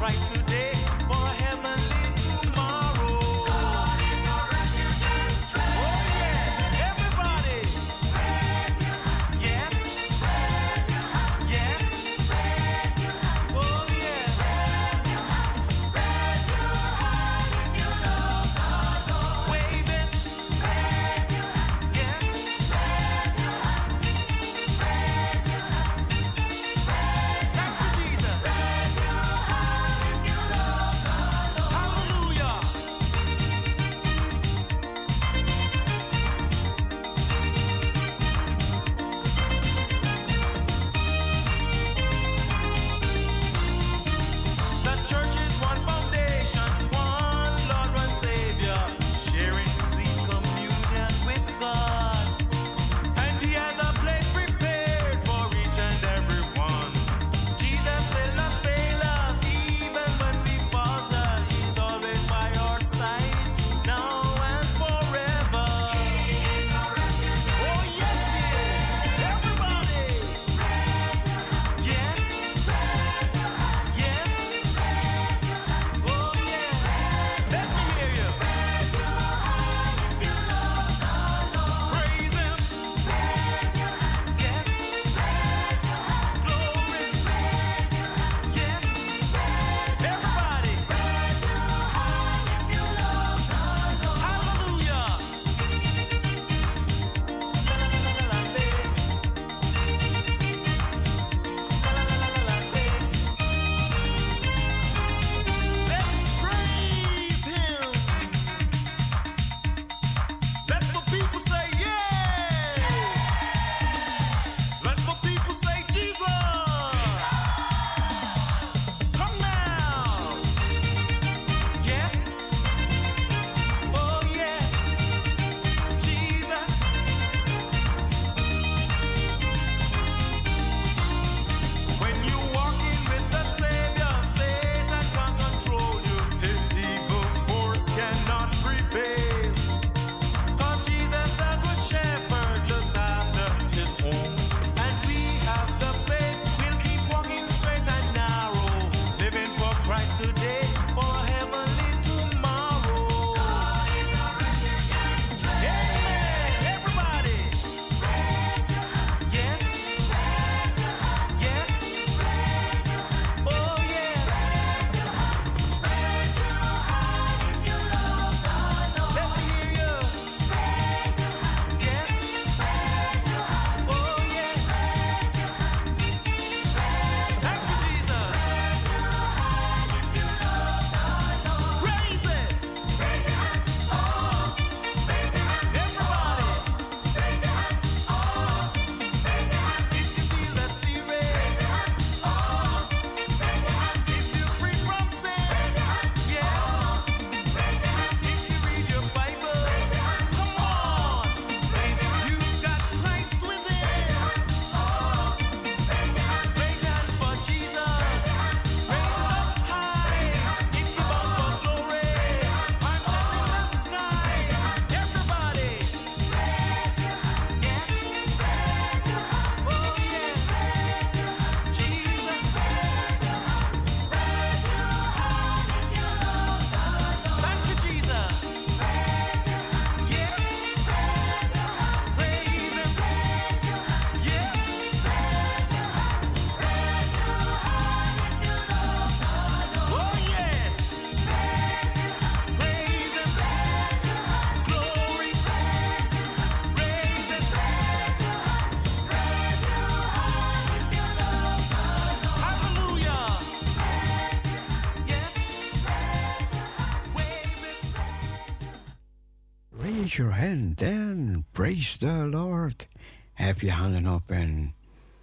Christ today for a heavenly tomorrow. God is our refuge and strength. Oh yes, everybody. Praise you high. Yes. Praise you high. Yes. Praise you high. Oh yes. Praise you high. Praise you high if you love God, Lord. Wave it. Praise you high. Yes. Praise you high. Praise you high. Praise you high. Jesus. Praise you high if you love God, Lord. Hallelujah. The church is one foundation, one Lord, one Savior, sharing sweet communion with God. And He has a place prepared for each and every one. Jesus will not fail us, even when we falter. He's always by our side, now and forever. He is our refuge. Oh yes, He is. Everybody. Praise you high. Yes. Praise you high. Yes. Praise you high. Oh yes. Let me hear you. Praise you high if you love God, Lord. Praise Him. Praise you high. Yes. Praise you high. Glory. Praise you high. Yes. Praise you everybody. Praise you high if you love God, Lord. Hallelujah. Let's praise Him. Let the people say yeah. Let the people say Jesus. Come now. Yes. Oh yes. Jesus. When you walk in with the Savior, Satan can't control you. His evil force cannot prevail. 'Cause Jesus, the good shepherd, looks after His own. And we have the faith. We'll keep walking straight and narrow, living for Christ today, for a heavenly tomorrow. God is our refuge and strength. Amen. Everybody. Praise you high. Yes. Praise you high. Yes. Praise you high. Oh yes. Praise you high. Praise you high if you love God, Lord. Let me hear you. Praise you high. Yes. Praise you high. Oh yes. Praise you high. Praise thank you, Jesus. Praise you high if you love God, Lord. Praise it. Praise you high. Oh. Praise you high. Everybody. Praise you high. Oh. Praise you high. If you feel the Spirit. Praise you high. Oh. Praise you high. If you're free from sin. Praise you high. Yes. Praise you high. If you read your Bible. Praise you high. Come on. Praise you high. You've got Christ within. Praise you high. Oh. Praise you high. Praise Him for Jesus. Praise you high. Raise it up high. If you bound for glory. Praise you high. Arches in the sky. Everybody. Praise you high. Yes. Praise you high. Oh yes. Praise you high. Jesus. Praise you high. Praise you high if you love God, Lord. Thank you, Jesus. Praise you high. Yes. Praise you high. Praise Him. Praise you high. Yes. Praise you high. Praise you high if you love God, Lord. Oh yes. Praise you high. Praise Him. Praise you high. Glory. Praise you high. Praise Him. Praise you high. Praise you high if you love God, Lord. Hallelujah. Praise you high. Yes. Praise you high. Wave it. Praise you high. Raise your hand and praise the Lord. Heb je handen op en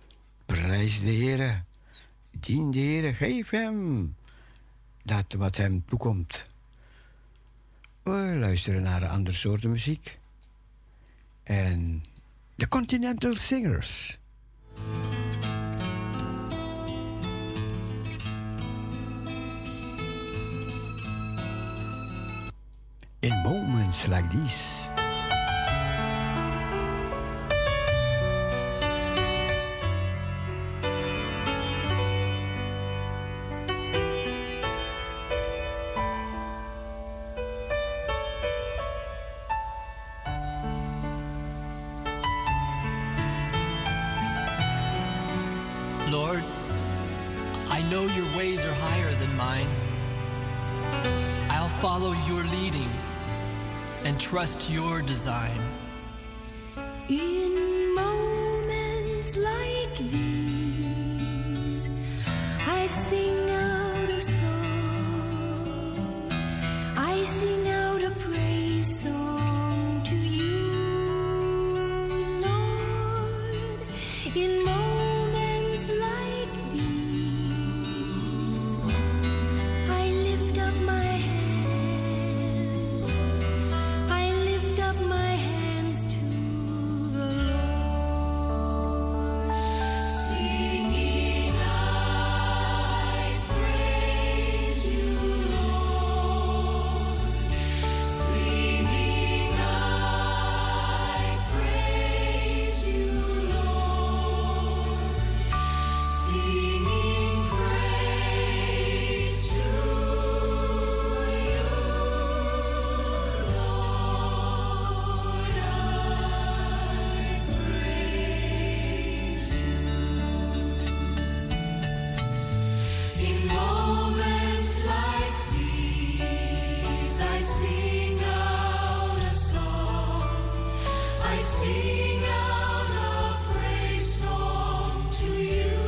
prijs de Heer. Dien de Heer, geef hem dat wat hem toekomt. We luisteren naar een andere soort muziek. En de Continental Singers. In moments like these. know your ways are higher than mine. I'll follow your leading and trust your design. In moments like these, I sing out a song. I sing out a praise song to you, Lord. In moments like these, I lift up my hands. I lift up my hands to the Lord, singing, I praise you, Lord, singing, I praise you, Lord, singing praise to you, in moments like these, I sing out a song. I sing out a praise song to you,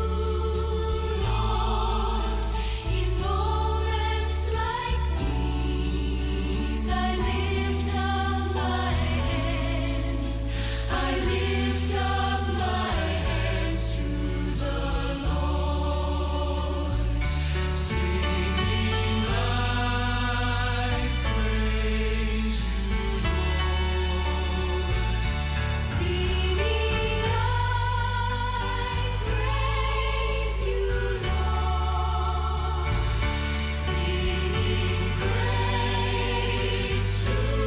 Lord. In moments like these, I lift up my hands. I lift up my hands to the Lord, singing, I praise you, Lord, singing, I praise you, Lord, singing praise to you,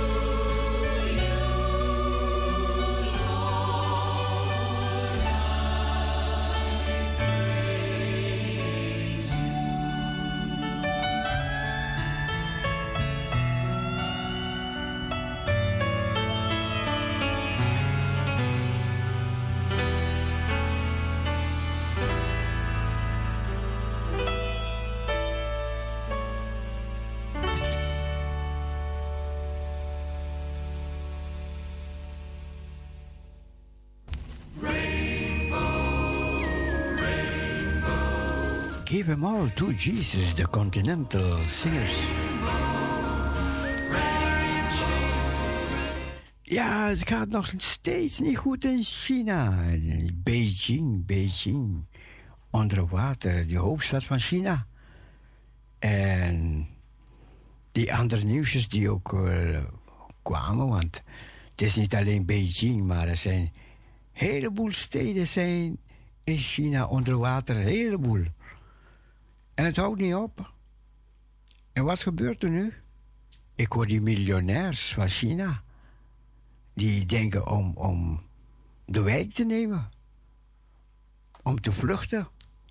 Give them all to Jesus, the Continental Singers. Ja, het gaat nog steeds niet goed in China. Beijing. Onder water, de hoofdstad van China. En die andere nieuwsjes die ook kwamen, want het is niet alleen Beijing, maar er zijn een heleboel steden zijn in China onder water, een heleboel. En het houdt niet op. En wat gebeurt er nu? Ik hoor die miljonairs van China, die denken om de wijk te nemen. Om te vluchten.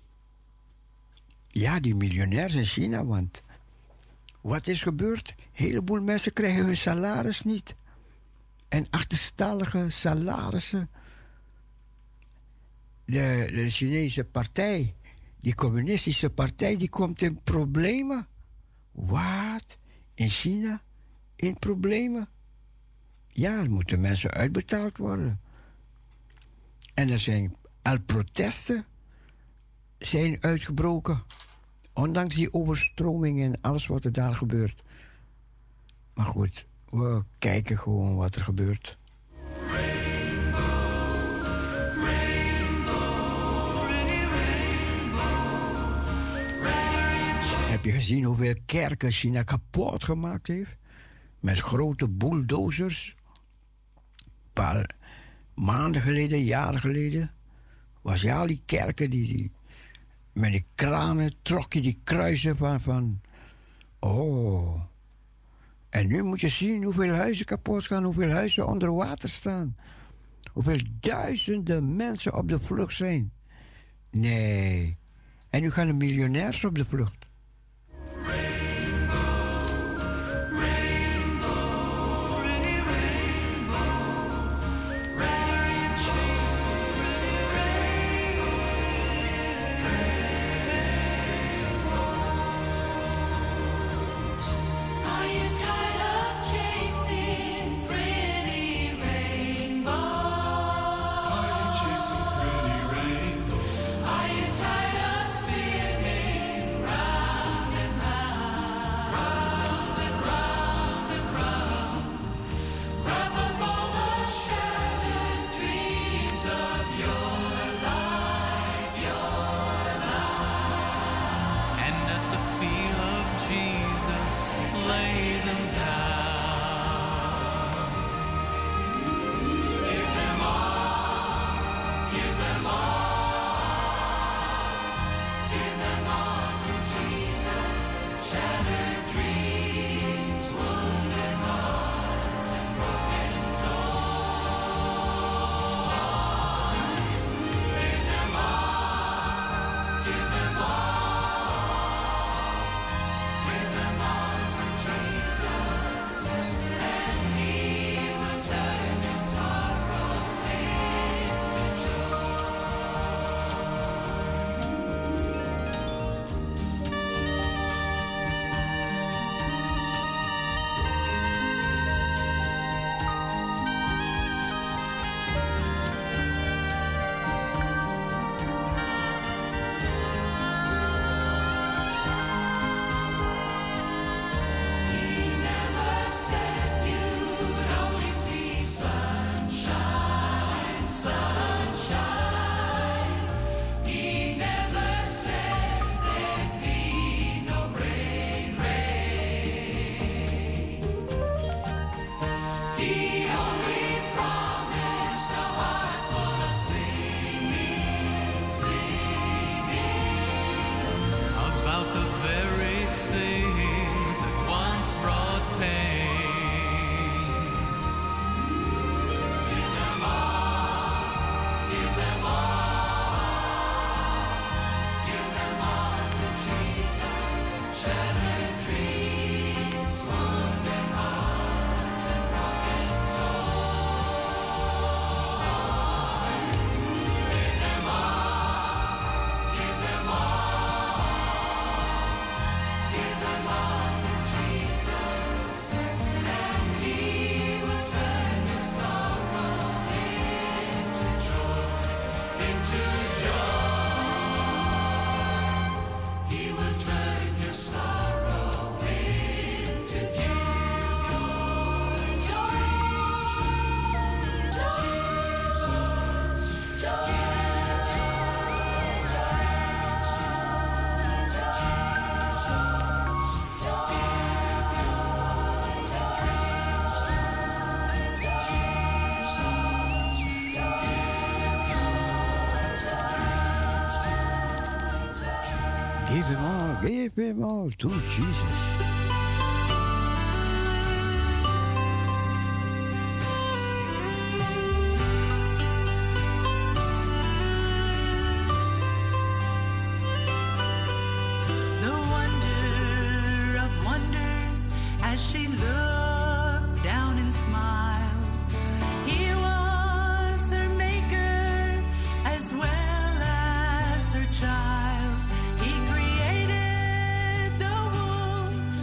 Ja, die miljonairs in China, want wat is gebeurd? Een heleboel mensen krijgen hun salaris niet. En achterstallige salarissen. De Chinese partij, die communistische partij, die komt in problemen. Wat? In China? In problemen? Ja, er moeten mensen uitbetaald worden. En er zijn al protesten zijn uitgebroken. Ondanks die overstroming en alles wat er daar gebeurt. Maar goed, we kijken gewoon wat er gebeurt. Heb je gezien hoeveel kerken China kapot gemaakt heeft? Met grote bulldozers. Een paar maanden geleden, jaren geleden, was je al die kerken die met die kranen trok je die kruisen van. Oh. En nu moet je zien hoeveel huizen kapot gaan, hoeveel huizen onder water staan. Hoeveel duizenden mensen op de vlucht zijn. Nee. En nu gaan de miljonairs op de vlucht. Give him all to Jesus. Child, he created the womb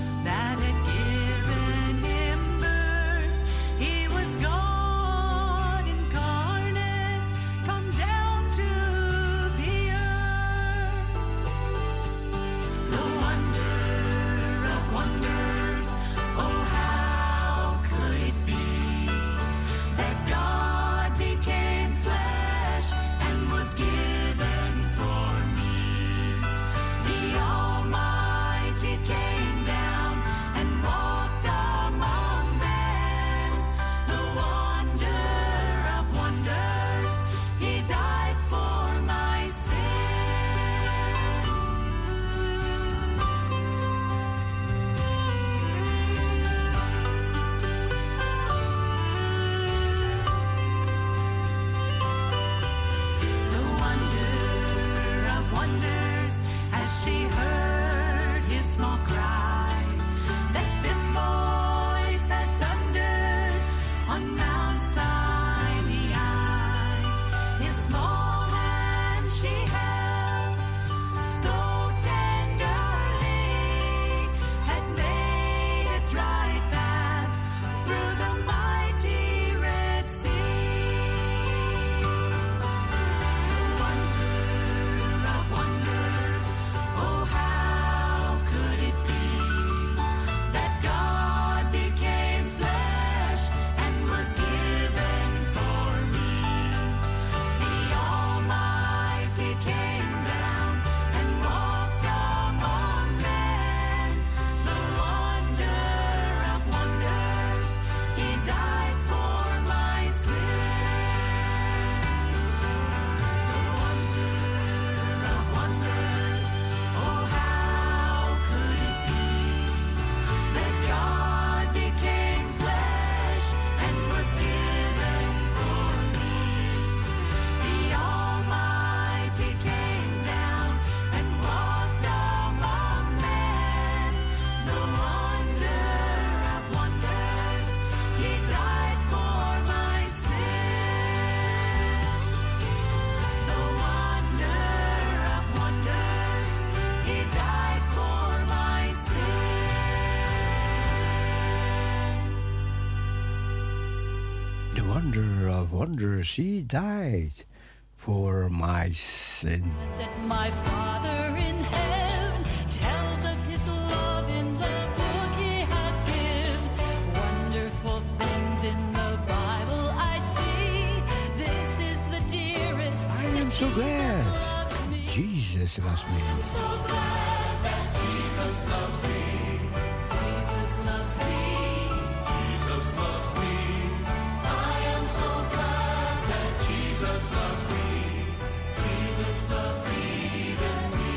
wonders. He died for my sin. That my Father in heaven tells of his love in the book he has given. Wonderful things in the Bible I see. This is the dearest. I am so glad Jesus loves me. I'm so glad that Jesus loves me. Jesus loves me. Jesus loves me. I am so glad that Jesus loves me. Jesus loves even me.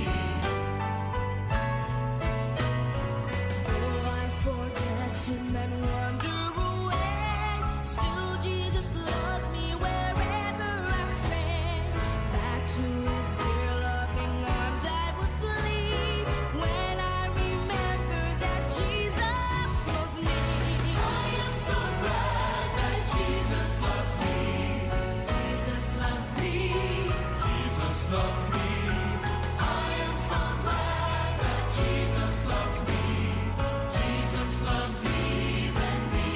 Oh, I forget him and wander away. Still, Jesus loves me wherever I stand. Back to his dear loving arms I would flee when I remember that Jesus loves me. I am so glad that Jesus loves me. Jesus loves me. Jesus loves me. I am so glad that Jesus loves me. Jesus loves even me.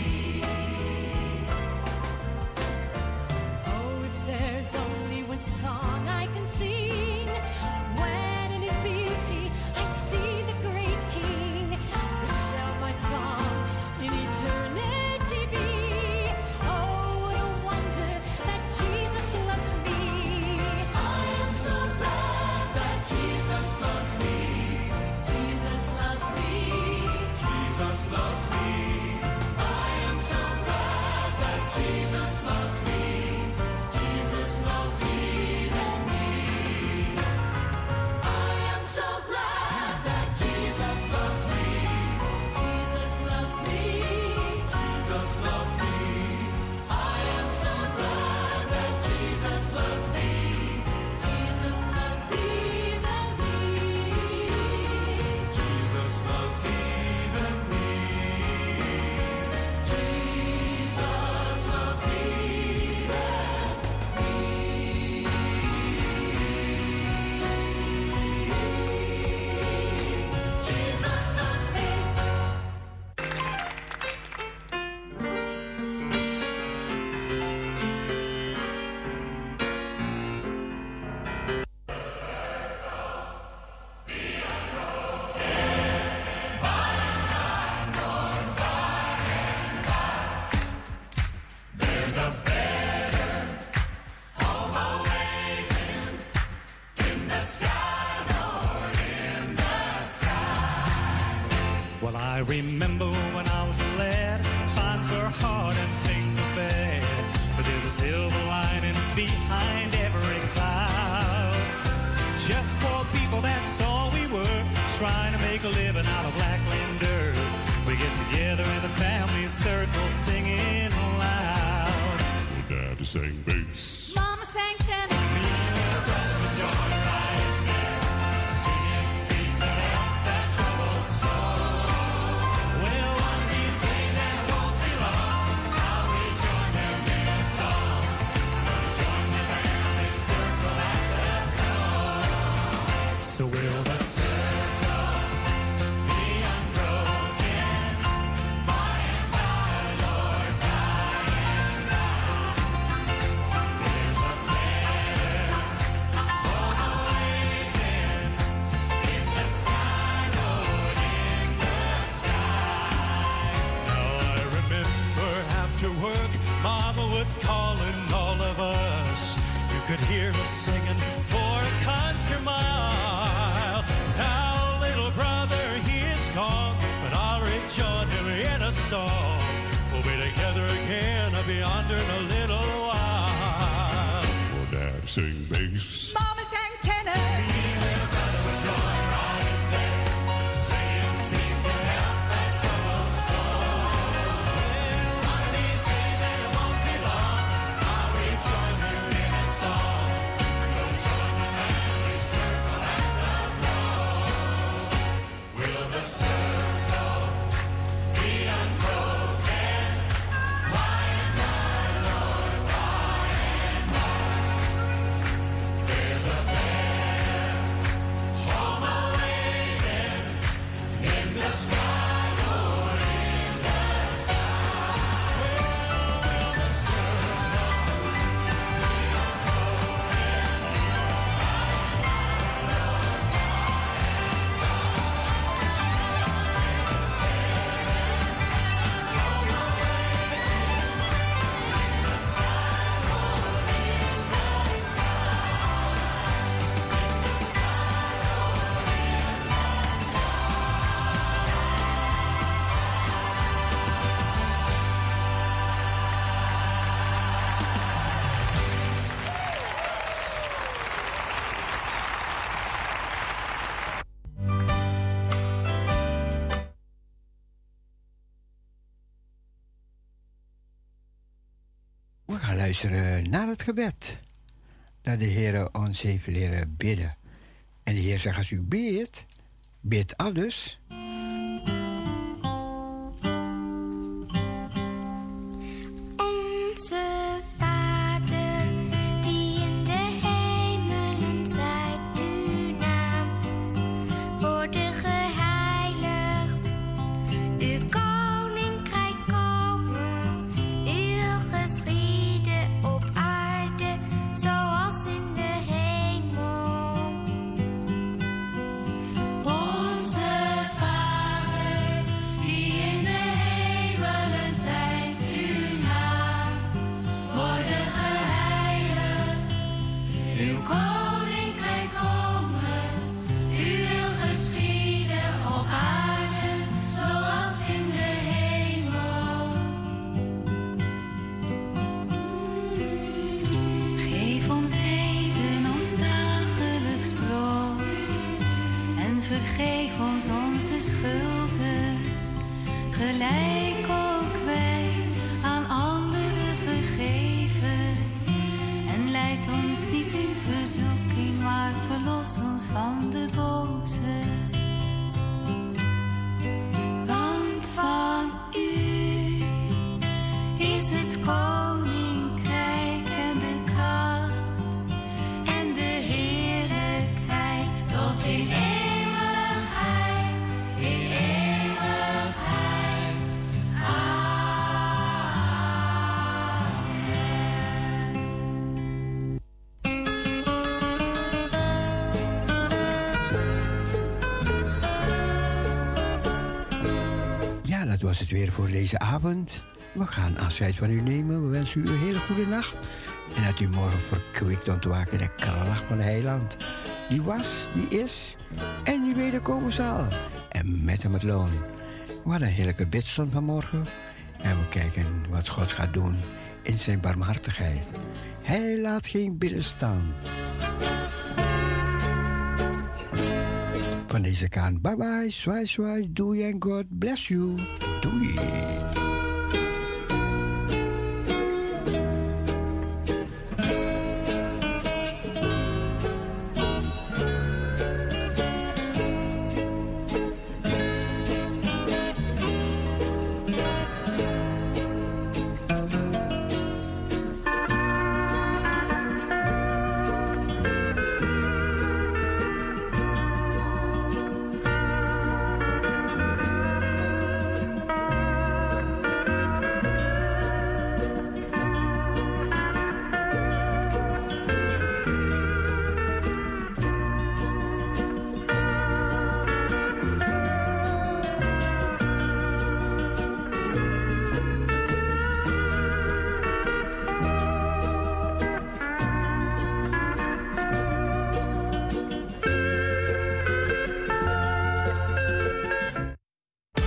Oh, if there's only one song I can sing, when in his beauty I see the great King, this shall my song in eternity be. Oh, what a wonder that Jesus loves me. I am so glad that Jesus loves me. Jesus loves me. Jesus loves me. I am so glad that Jesus loves me. Jesus loves even me. I am so glad that Jesus loves me. Jesus loves me. Jesus loves me. I am so glad that Jesus loves me. Jesus loves even me. Jesus loves even me. Jesus loves even me. Jesus loves me. There's a better home awaiting in the sky, Lord, in the sky. Well, I remember when I was a lad, times were hard and things are bad, but there's a silver lining behind every cloud. Just for people, that's all we were, trying to make a living out of Blackland dirt. We get together in a family circle singing loud. Well, Daddy sang bass. Mama sang tenor. Well, one of these days, and it won't be long, I'll rejoin them in a song. Gonna join the family circle at the throne. So will the circle be unbroken by and by, Lord, by and by? There's a better home awaiting in the sky, Lord, in the sky. Now I remember after work, Mama would call in all of us. You could hear us singing for a country mile. Now little brother, he is gone, but I'll rejoin him in a song. We'll be together again beyond in a little while. Well, Dad sing bass. Mama sang tenor. Little brother would join right in there, singing seems to help that troubled soul. Well, one of these days, and it won't be long, I'll rejoin him in a song. I'm gonna join the family circle at the throne. Will the circle be unbroken? By and by, Lord, by and by. luisteren naar het gebed dat de Heer ons heeft leren bidden. En de Heer zegt, als u bidt, bid aldus. Onze Vader, die in de hemelen zijt, uw naam worden geheiligd. Uw koninkrijk komen, uw wil geschieden op aarde, zoals in de hemel. Onze Vader, die in de hemelen zijt, uw naam worden geheiligd. Uw koninkrijk komen, uw wil geschieden op aarde, zoals in de hemel. Geef ons heden ons dagelijks brood en vergeef ons onze schulden, gelijk ook wij aan anderen vergeven. En leid ons niet in verzoeking, maar verlos ons van de boze. Want van u is het koninkrijk en de kracht en de heerlijkheid Tot in eeuwigheid, in eeuwigheid. Ja, dat was het weer voor deze avond. We gaan afscheid van u nemen. We wensen u een hele goede nacht. En dat u morgen verkwikt ontwaakt in de kracht van het heiland. Die was, die is en die wederkomen zal. En met hem het loon. Wat een heerlijke bidstond vanmorgen. En we kijken wat God gaat doen in zijn barmhartigheid. Hij laat geen bidden staan. Van deze kant, bye bye, swai swai, doei en God bless you. Doei.